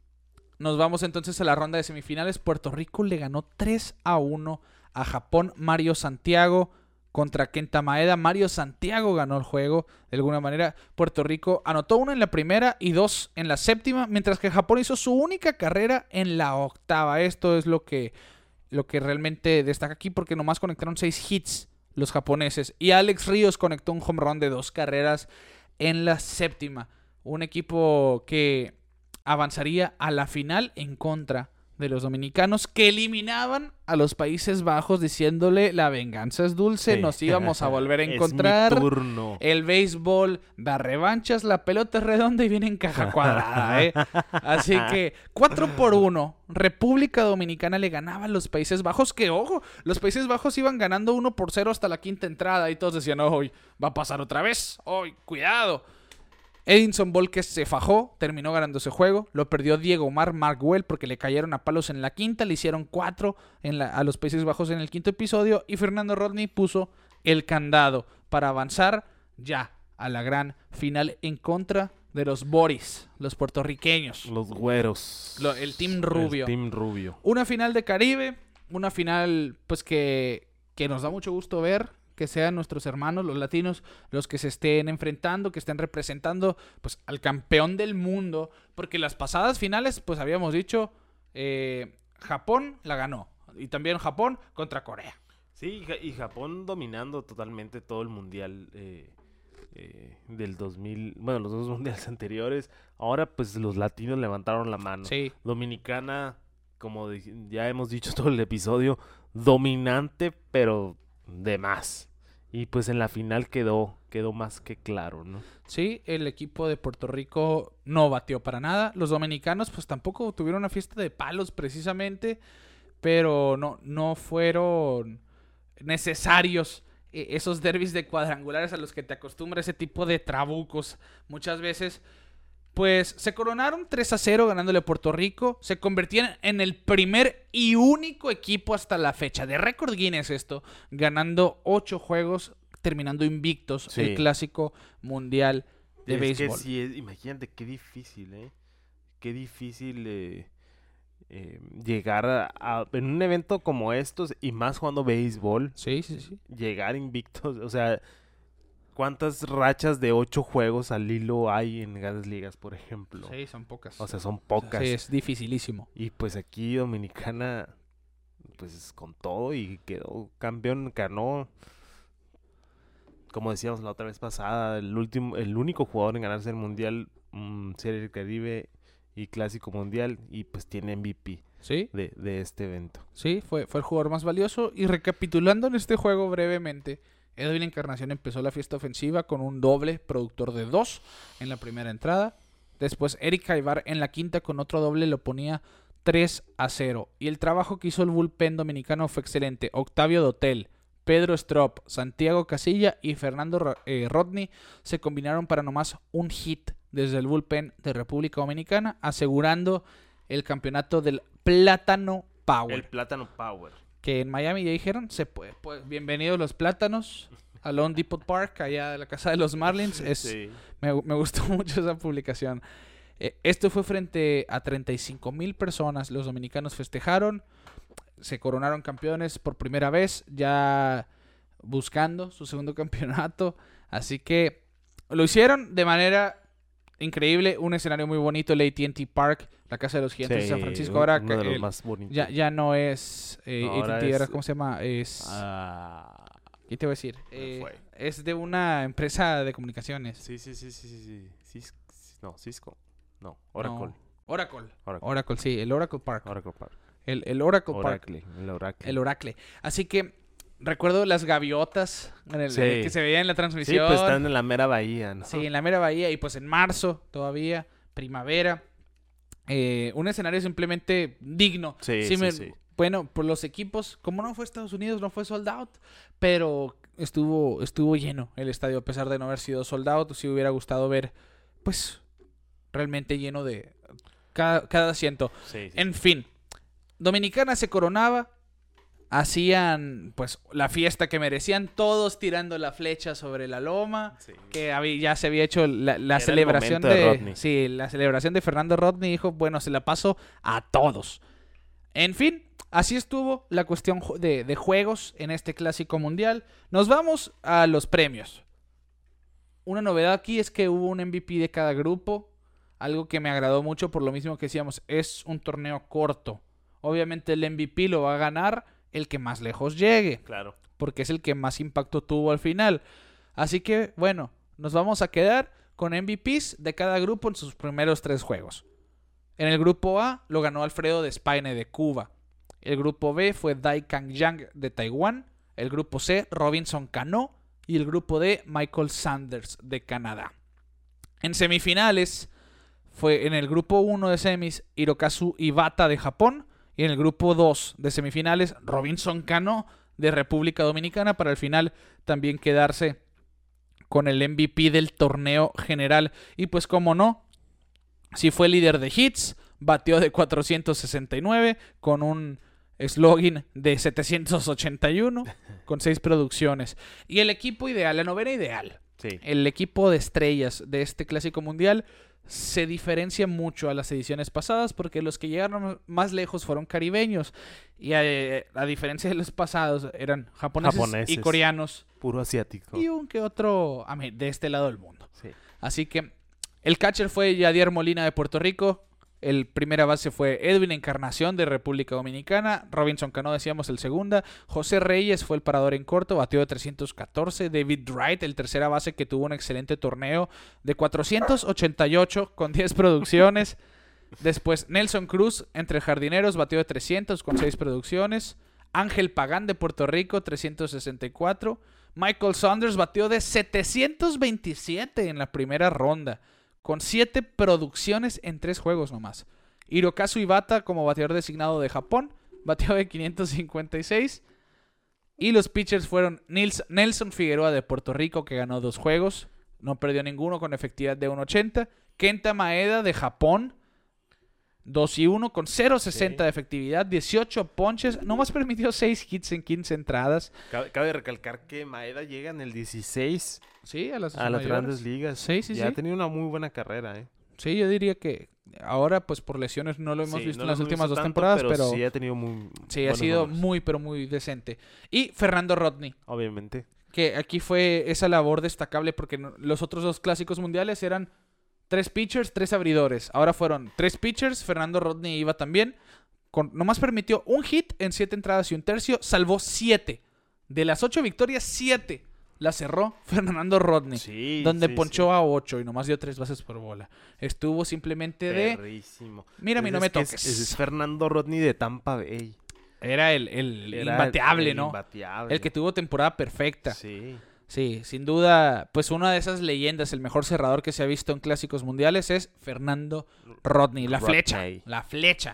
nos vamos entonces a la ronda de semifinales. Puerto Rico le ganó tres a uno a Japón. Mario Santiago contra Kenta Maeda. Mario Santiago ganó el juego de alguna manera. Puerto Rico anotó uno en la primera y dos en la séptima, mientras que Japón hizo su única carrera en la octava. Esto es lo que, lo que realmente destaca aquí, porque nomás conectaron seis hits los japoneses. Y Alex Ríos conectó un home run de dos carreras en la séptima. Un equipo que avanzaría a la final en contra de los dominicanos, que eliminaban a los Países Bajos diciéndole la venganza es dulce, Sí. nos íbamos a volver a encontrar. Es mi turno. El béisbol da revanchas, la pelota es redonda y viene en caja cuadrada, ¿eh? Así que cuatro por uno, República Dominicana le ganaba a los Países Bajos, que ojo, los Países Bajos iban ganando uno por cero hasta la quinta entrada y todos decían, hoy va a pasar otra vez, hoy, cuidado. Edinson Volquez se fajó, terminó ganando ese juego. Lo perdió Diego Omar Marguel porque le cayeron a palos en la quinta. Le hicieron cuatro en la, a los Países Bajos en el quinto episodio. Y Fernando Rodney puso el candado para avanzar ya a la gran final en contra de los Boris, los puertorriqueños. Los güeros. Lo, el Team Rubio. El Team Rubio. Una final de Caribe. Una final pues que, que nos da mucho gusto ver. Que sean nuestros hermanos, los latinos, los que se estén enfrentando, que estén representando pues al campeón del mundo. Porque las pasadas finales, pues habíamos dicho, eh, Japón la ganó. Y también Japón contra Corea. Sí, y Japón dominando totalmente todo el mundial eh, eh, del dos mil. Bueno, los dos mundiales anteriores. Ahora, pues los latinos levantaron la mano. Sí. Dominicana, como di- ya hemos dicho todo el episodio, dominante, pero de más. Y pues en la final quedó, quedó más que claro, ¿no? Sí, el equipo de Puerto Rico no batió para nada. Los dominicanos pues tampoco tuvieron una fiesta de palos precisamente, pero no, no fueron necesarios eh, esos derbis de cuadrangulares a los que te acostumbra ese tipo de trabucos muchas veces. Pues se coronaron tres a cero ganándole a Puerto Rico. Se convertían en el primer y único equipo hasta la fecha de récord Guinness esto, ganando ocho juegos, terminando invictos Sí. el clásico mundial de es béisbol. que sí, es- imagínate qué difícil, ¿eh? Qué difícil eh, eh, llegar a, a- en un evento como estos y más jugando béisbol, Sí, sí, sí. llegar invictos. O sea, ¿cuántas rachas de ocho juegos al hilo hay en grandes ligas, por ejemplo? Sí, son pocas. O sea, son pocas. Sí, es dificilísimo. Y pues aquí Dominicana, pues con todo y quedó campeón, ganó, como decíamos la otra vez pasada, el último, el único jugador en ganarse el Mundial, mm, Serie del Caribe y Clásico Mundial, y pues tiene M V P Sí, de, de este evento. sí, fue, fue el jugador más valioso. Y recapitulando en este juego brevemente, Edwin Encarnación empezó la fiesta ofensiva con un doble productor de dos en la primera entrada. Después Eric Jaibar en la quinta con otro doble lo ponía tres a cero. Y el trabajo que hizo el bullpen dominicano fue excelente. Octavio Dotel, Pedro Strop, Santiago Casilla y Fernando Ro- eh, Rodney se combinaron para nomás un hit desde el bullpen de República Dominicana, asegurando el campeonato del Plátano Power. El Plátano Power. Que en Miami ya dijeron, se puede, pues, bienvenidos los plátanos a Lone Depot Park, allá de la casa de los Marlins. Es, Sí. me, me gustó mucho esa publicación. Eh, esto fue frente a treinta y cinco mil personas. Los dominicanos festejaron, se coronaron campeones por primera vez, ya buscando su segundo campeonato. Así que lo hicieron de manera increíble, un escenario muy bonito, el A T and T Park, la casa de los gigantes de San Sí, Francisco. Ahora uno de los el- más bonitos. ya, ya no es eh, Ahora A T and T, ahora es- ¿cómo se llama? Es... Ah, ¿Qué te voy a decir? me Eh, fue. es de una empresa de comunicaciones. sí, sí, sí, sí, sí, sí. Cis- no, Cisco. No, Oracle. No. Oracle. Oracle. Oracle, sí, el Oracle Park. Oracle Park. El, el Oracle Park. Oracle. El Oracle. El Oracle. Así que recuerdo las gaviotas en el, Sí. que se veían en la Sí, transmisión. pues están en la mera bahía, ¿no? Sí, en la mera bahía. Y pues en marzo todavía, primavera. Eh, un escenario simplemente digno. Sí, sí, me- sí. Bueno, por los equipos, como no fue Estados Unidos, no fue sold out, pero estuvo, estuvo lleno el estadio, a pesar de no haber sido sold out. Sí hubiera gustado ver, pues, realmente lleno de cada, cada asiento. Sí, sí, En fin, Dominicana se coronaba hacían pues la fiesta que merecían, todos tirando la flecha sobre la loma, sí. que había, ya se había hecho la, la celebración de, de Rodney. Sí, la celebración de Fernando Rodney. Dijo, bueno, se la paso a todos. En fin, así estuvo la cuestión de, de juegos en este Clásico Mundial. Nos vamos a los premios. Una novedad aquí es que hubo un M V P de cada grupo, algo que me agradó mucho por lo mismo que decíamos, es un torneo corto. Obviamente el M V P lo va a ganar el que más lejos llegue. Claro. Porque es el que más impacto tuvo al final. Así que, bueno, nos vamos a quedar con M V Ps de cada grupo en sus primeros tres juegos. En el grupo A lo ganó Alfredo Despaigne de Cuba. El grupo B fue Dai Kang Yang de Taiwán. El grupo C, Robinson Cano. Y el grupo D, Michael Sanders de Canadá. En semifinales fue en el grupo uno de semis, Hirokazu Ibata de Japón. Y en el grupo dos de semifinales, Robinson Cano de República Dominicana, para al final también quedarse con el M V P del torneo general. Y pues como no, si fue líder de hits, bateó de cuatrocientos sesenta y nueve con un slogan de setecientos ochenta y uno con seis producciones. Y el equipo ideal, la novena ideal, sí. el equipo de estrellas de este Clásico Mundial se diferencia mucho a las ediciones pasadas porque los que llegaron más lejos fueron caribeños y a, a diferencia de los pasados eran japoneses, japoneses y coreanos, puro asiático y un que otro de este lado del mundo. Sí. Así que el catcher fue Yadier Molina de Puerto Rico. El primera base fue Edwin Encarnación de República Dominicana. Robinson Cano, decíamos, el segunda. José Reyes fue el parador en corto, batió de trescientos catorce. David Wright, el tercera base, que tuvo un excelente torneo, de cuatrocientos ochenta y ocho con diez producciones. Después Nelson Cruz, entre jardineros, batió de trescientos con seis producciones. Ángel Pagán de Puerto Rico, trescientos sesenta y cuatro. Michael Sanders batió de setecientos veintisiete en la primera ronda, con siete producciones en tres juegos nomás. Hirokazu Ibata, como bateador designado de Japón, bateó de quinientos cincuenta y seis. Y los pitchers fueron Nils, Nelson Figueroa de Puerto Rico, que ganó dos juegos, no perdió ninguno, con efectividad de uno ochenta. Kenta Maeda de Japón, dos y uno, con cero sesenta sí. de efectividad, dieciocho ponches, nomás permitió seis hits en quince entradas. Cabe, cabe recalcar que Maeda llega en el dieciséis sí, a las, a las grandes ligas. Sí, sí, ya sí. ha tenido una muy buena carrera, ¿eh? Sí, yo diría que ahora, pues por lesiones no lo hemos sí, visto no en las últimas dos tanto, temporadas, pero, pero sí ha tenido muy sí, ha sido números. muy, pero muy decente. Y Fernando Rodney. Obviamente. Que aquí fue esa labor destacable porque no, los otros dos clásicos mundiales eran tres pitchers, tres abridores. Ahora fueron tres pitchers, Fernando Rodney iba también. Con, nomás permitió un hit en siete entradas y un tercio, salvó siete. De las ocho victorias, siete la cerró Fernando Rodney, sí, donde sí, ponchó sí. a ocho y nomás dio tres bases por bola. Estuvo simplemente de... Perrísimo. Mira, a mí no me toques. Es, es Fernando Rodney de Tampa Bay. Era el, el Era imbateable, el, el ¿no? Imbateable. El que tuvo temporada perfecta. Sí. Sí, sin duda, pues una de esas leyendas, el mejor cerrador que se ha visto en clásicos mundiales es Fernando Rodney. La Rodney. flecha, la flecha.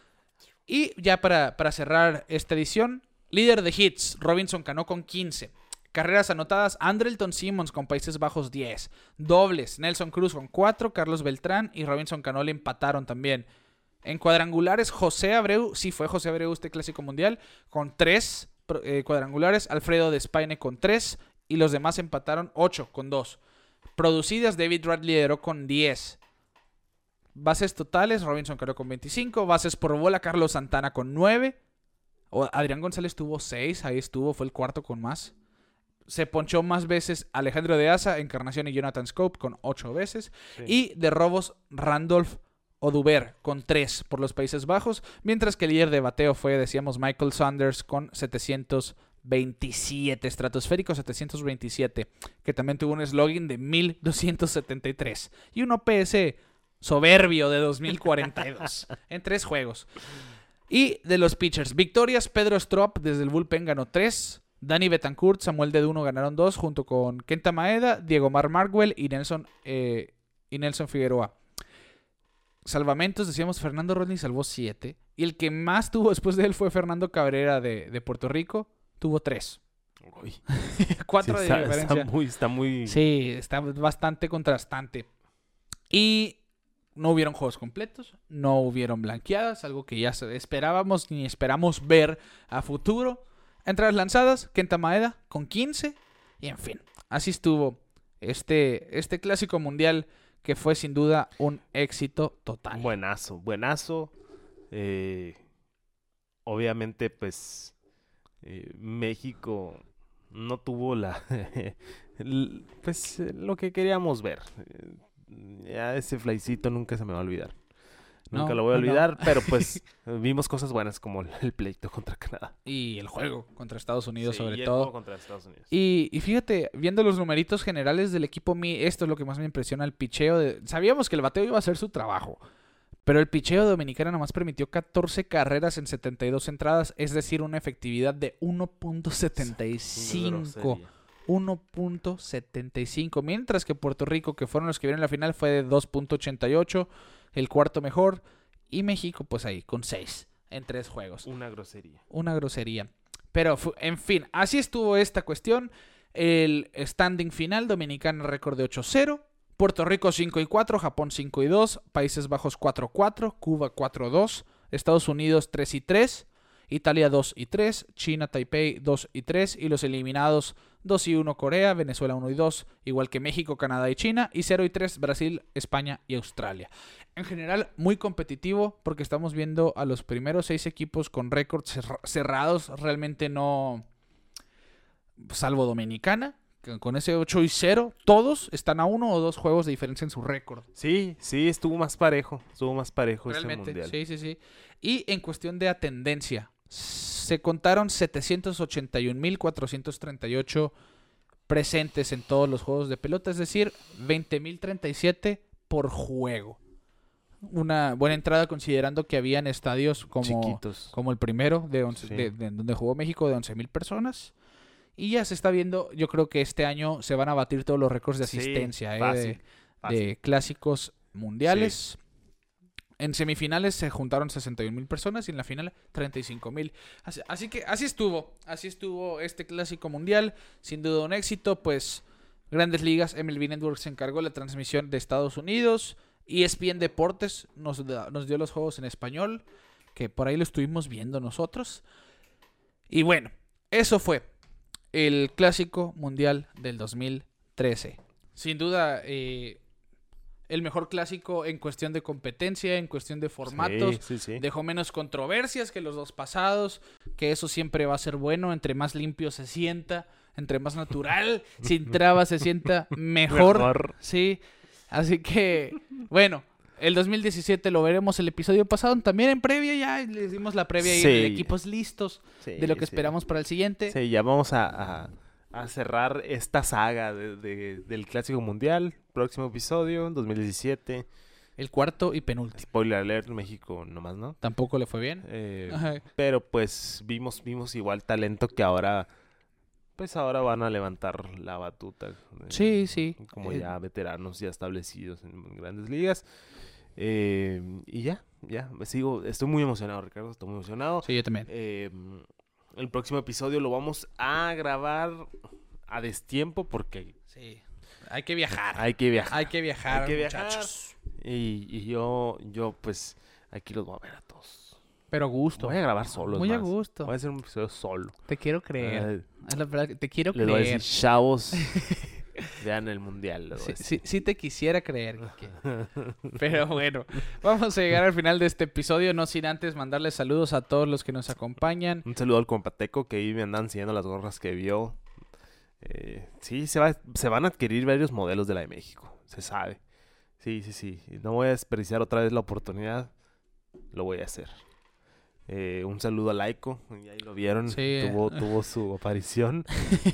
Y ya para, para cerrar esta edición, líder de hits, Robinson Cano con quince. Carreras anotadas, Andrelton Simmons con Países Bajos diez. Dobles, Nelson Cruz con cuatro, Carlos Beltrán y Robinson Cano le empataron también. En cuadrangulares, José Abreu, sí fue José Abreu este Clásico Mundial, con tres eh, cuadrangulares, Alfredo Despaigne con tres y los demás empataron ocho con dos. Producidas, David Wright lideró con diez. Bases totales, Robinson Cano con veinticinco. Bases por bola, Carlos Santana con nueve. O Adrián González tuvo seis, ahí estuvo, fue el cuarto con más. Se ponchó más veces Alejandro de Asa, Encarnación y Jonathan Scope con ocho veces. Sí. Y de robos, Randolph Oduber con tres por los Países Bajos. Mientras que el líder de bateo fue, decíamos, Michael Sanders con setecientos veintisiete, estratosférico setecientos veintisiete, que también tuvo un slogan de mil doscientos setenta y tres. Y un O P S soberbio de dos mil cuarenta y dos en tres juegos. Y de los pitchers, victorias, Pedro Strop desde el bullpen ganó tres. Dani Betancourt, Samuel Deduno ganaron dos junto con Kenta Maeda, Diego Mar Markwell y Nelson, eh, y Nelson Figueroa. Salvamentos, decíamos, Fernando Rodney salvó siete. Y el que más tuvo después de él fue Fernando Cabrera de, de Puerto Rico. Tuvo tres. Uy. Cuatro sí, de está, diferencia. Está muy, está muy... Sí, está bastante contrastante. Y no hubieron juegos completos, no hubieron blanqueadas, algo que ya esperábamos ni esperamos ver a futuro. Entradas lanzadas, Kenta Maeda con quince, y en fin, así estuvo este, este clásico mundial que fue sin duda un éxito total. Buenazo, buenazo. Eh, obviamente, pues, eh, México no tuvo la, pues, lo que queríamos ver. Ya ese flycito nunca se me va a olvidar. Nunca No, lo voy a no. olvidar, pero pues vimos cosas buenas como el pleito contra Canadá. Y el juego contra Estados Unidos, Sí, sobre y el todo. juego contra Estados Unidos. Y, y fíjate, viendo los numeritos generales del equipo, mi, esto es lo que más me impresiona, el picheo. De, sabíamos que el bateo iba a hacer su trabajo, pero el picheo dominicano nomás permitió catorce carreras en setenta y dos entradas, es decir, una efectividad de uno punto setenta y cinco. uno punto setenta y cinco, mientras que Puerto Rico, que fueron los que vieron la final, fue de dos punto ochenta y ocho, el cuarto mejor, y México pues ahí con seis en tres juegos. Una grosería. Una grosería. Pero, en fin, así estuvo esta cuestión. El standing final, Dominicana récord de ocho cero, Puerto Rico cinco y cuatro, Japón cinco y dos, Países Bajos cuatro cuatro, Cuba cuatro dos, Estados Unidos tres y tres, Italia dos y tres, China, Taipei dos y tres, y los eliminados dos y uno Corea, Venezuela uno y dos, igual que México, Canadá y China, y cero y tres Brasil, España y Australia. En general, muy competitivo porque estamos viendo a los primeros seis equipos con récords cerrados, realmente no, salvo Dominicana, con ese ocho y cero, todos están a uno o dos juegos de diferencia en su récord. Sí, sí, estuvo más parejo, estuvo más parejo Realmente, ese mundial. sí, sí, sí. Y en cuestión de atendencia, se contaron setecientos ochenta y un mil cuatrocientos treinta y ocho presentes en todos los juegos de pelota, es decir, veinte mil treinta y siete por juego. Una buena entrada considerando que habían estadios como, Chiquitos. como el primero, de, once, Sí. de, de donde jugó México, de once mil personas. Y ya se está viendo, yo creo que este año se van a batir todos los récords de Sí, asistencia, eh, fácil, de, fácil. de clásicos mundiales. En semifinales se juntaron sesenta y un mil personas y en la final treinta y cinco mil. Así, así que así estuvo, así estuvo este clásico mundial, sin duda un éxito, pues Grandes Ligas, M L B Network se encargó de la transmisión de Estados Unidos, E S P N Deportes nos, da, nos dio los juegos en español, que por ahí lo estuvimos viendo nosotros. Y bueno, eso fue el clásico mundial del dos mil trece. Sin duda, eh, el mejor clásico en cuestión de competencia, en cuestión de formatos. Sí, sí, sí. Dejó menos controversias que los dos pasados, que eso siempre va a ser bueno. Entre más limpio se sienta, entre más natural, sin trabas se sienta mejor. Mejor. Sí, así que, bueno, el dos mil diecisiete lo veremos el episodio pasado. También en previa ya les dimos la previa Sí. y de equipos listos Sí, de lo que sí. esperamos para el siguiente. Sí, ya vamos a, a, a cerrar esta saga de, de- del Clásico Mundial. Próximo episodio, dos mil diecisiete. El cuarto y penúltimo. Spoiler alert, México nomás, ¿no? Tampoco le fue bien. Eh, Ajá. pero pues vimos, vimos igual talento que ahora, pues ahora van a levantar la batuta. eh, Sí, sí. Como Eh, ya veteranos ya establecidos en grandes ligas. Eh, y ya, ya, me sigo, estoy muy emocionado, Ricardo, estoy muy emocionado. Sí, yo también. Eh, el próximo episodio lo vamos a grabar a destiempo porque Sí. Hay que viajar. hay que viajar. Hay que viajar, Hay que viajar. muchachos. Y, y yo, yo pues aquí los voy a ver a todos. Pero a gusto. Voy a grabar solo. es Muy a más. gusto. Voy a hacer un episodio solo. Te quiero creer. Eh, Es la verdad que te quiero les voy a creer. decir, chavos, vean el mundial. les voy a Sí, decir. sí, sí te quisiera creer. Quique. Pero bueno, vamos a llegar al final de este episodio, no sin antes mandarles saludos a todos los que nos acompañan. Un saludo al compateco que ahí me andan siguiendo las gorras que vio. Eh, sí, se, va, se van a adquirir varios modelos de la de México. Se sabe. Sí, sí, sí. No voy a desperdiciar otra vez la oportunidad. Lo voy a hacer. Eh, un saludo a Laiko. Y ahí lo vieron. Sí. Tuvo, tuvo su aparición.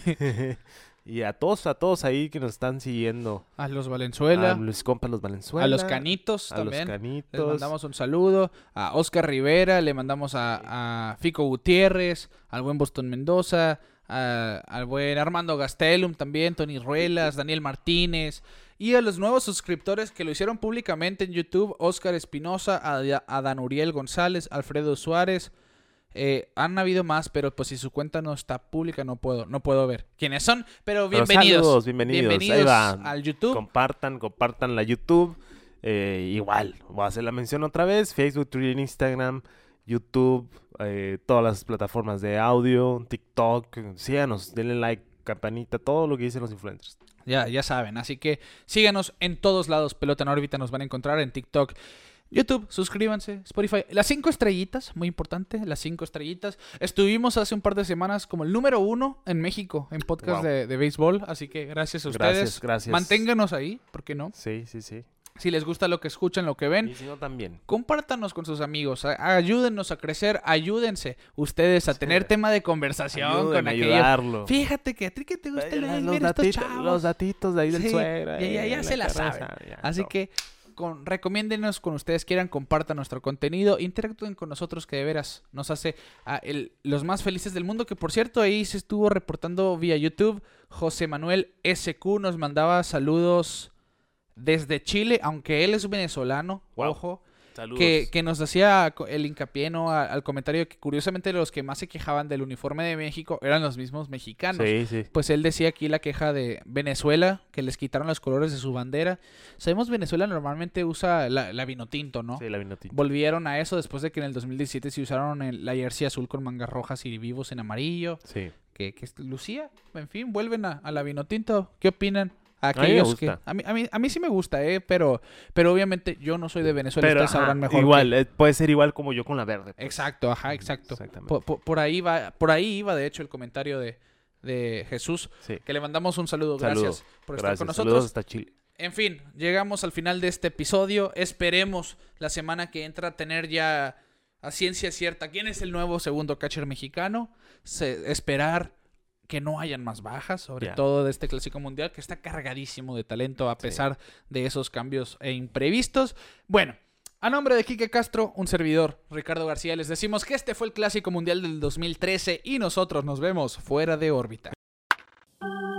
Y a todos, a todos ahí que nos están siguiendo. A los Valenzuela, A Luis Compas, los Valenzuela. a los Canitos A también. los Les Canitos. mandamos un saludo. A Oscar Rivera, le mandamos a, a Fico Gutiérrez, al buen Boston Mendoza, a- al buen Armando Gastelum también, Tony Ruelas, Daniel Martínez. Y a los nuevos suscriptores que lo hicieron públicamente en YouTube, Oscar Espinosa, a, a Dan Uriel González, Alfredo Suárez. Eh, han habido más, pero pues si su cuenta no está pública no puedo, no puedo ver quiénes son. Pero Pero bienvenidos. saludos, bienvenidos. Ahí va. al YouTube. Compartan, compartan la YouTube. Eh, igual, voy a hacer la mención otra vez. Facebook, Twitter, Instagram, YouTube, eh, todas las plataformas de audio, TikTok. Síganos, denle like, campanita, todo lo que dicen los influencers. Ya, ya saben, así que síganos en todos lados. Pelota en órbita nos van a encontrar en TikTok, YouTube, suscríbanse, Spotify. Las cinco estrellitas, muy importante, las cinco estrellitas. Estuvimos hace un par de semanas como el número uno en México en podcast Wow. de, de béisbol, así que gracias a ustedes. Gracias, gracias. Manténganos ahí, ¿por qué no? Sí, sí, sí. Si les gusta lo que escuchan, lo que ven, Y si no, también. compártanos con sus amigos, a- ayúdennos a crecer, ayúdense ustedes a Sí. tener tema de conversación Ayuden con a aquellos. ayudarlo. Fíjate que a ti que te gusta Ay, leer, los, mira estos datitos, chavos. los datitos de ahí del Sí, suegro. ya, ya, eh, ya se la carne saben. asada, ya, Así todo. que con, recomiéndenos con ustedes quieran, compartan nuestro contenido, interactúen con nosotros que de veras nos hace a el- los más felices del mundo, que por cierto ahí se estuvo reportando vía YouTube. José Manuel S Q nos mandaba saludos desde Chile, aunque él es venezolano, Wow. ojo. Saludos. Que, que nos hacía co- el hincapié, ¿no? a- al comentario que curiosamente los que más se quejaban del uniforme de México eran los mismos mexicanos. Sí, sí. Pues él decía aquí la queja de Venezuela, que les quitaron los colores de su bandera. Sabemos Venezuela normalmente usa la, la vino tinto, ¿no? Sí, la vino tinto. Volvieron a eso después de que en el dos mil diecisiete se usaron el- la jersey azul con mangas rojas y vivos en amarillo. Sí. Que, que es- lucía, en fin, vuelven a, a la vino tinto. ¿Qué opinan? A mí me Aquellos que gusta. a mí, a mí a mí sí me gusta, eh, pero pero obviamente yo no soy de Venezuela, Pero ustedes ajá, sabrán mejor. igual, que- eh, puede ser igual como yo con la verde. pues. Exacto, ajá, exacto. Exactamente. Por, por- por ahí va, por ahí iba de hecho el comentario de, de Jesús, Sí. que le mandamos un saludo, Saludo. gracias por estar Gracias. con Saludos nosotros. hasta Chile. En fin, llegamos al final de este episodio. Esperemos la semana que entra tener ya a ciencia cierta quién es el nuevo segundo catcher mexicano. Se- esperar que no hayan más bajas, sobre Ya. todo de este Clásico Mundial, que está cargadísimo de talento a Sí. pesar de esos cambios e imprevistos. Bueno, a nombre de Quique Castro, un servidor, Ricardo García, les decimos que este fue el Clásico Mundial del dos mil trece y nosotros nos vemos fuera de órbita.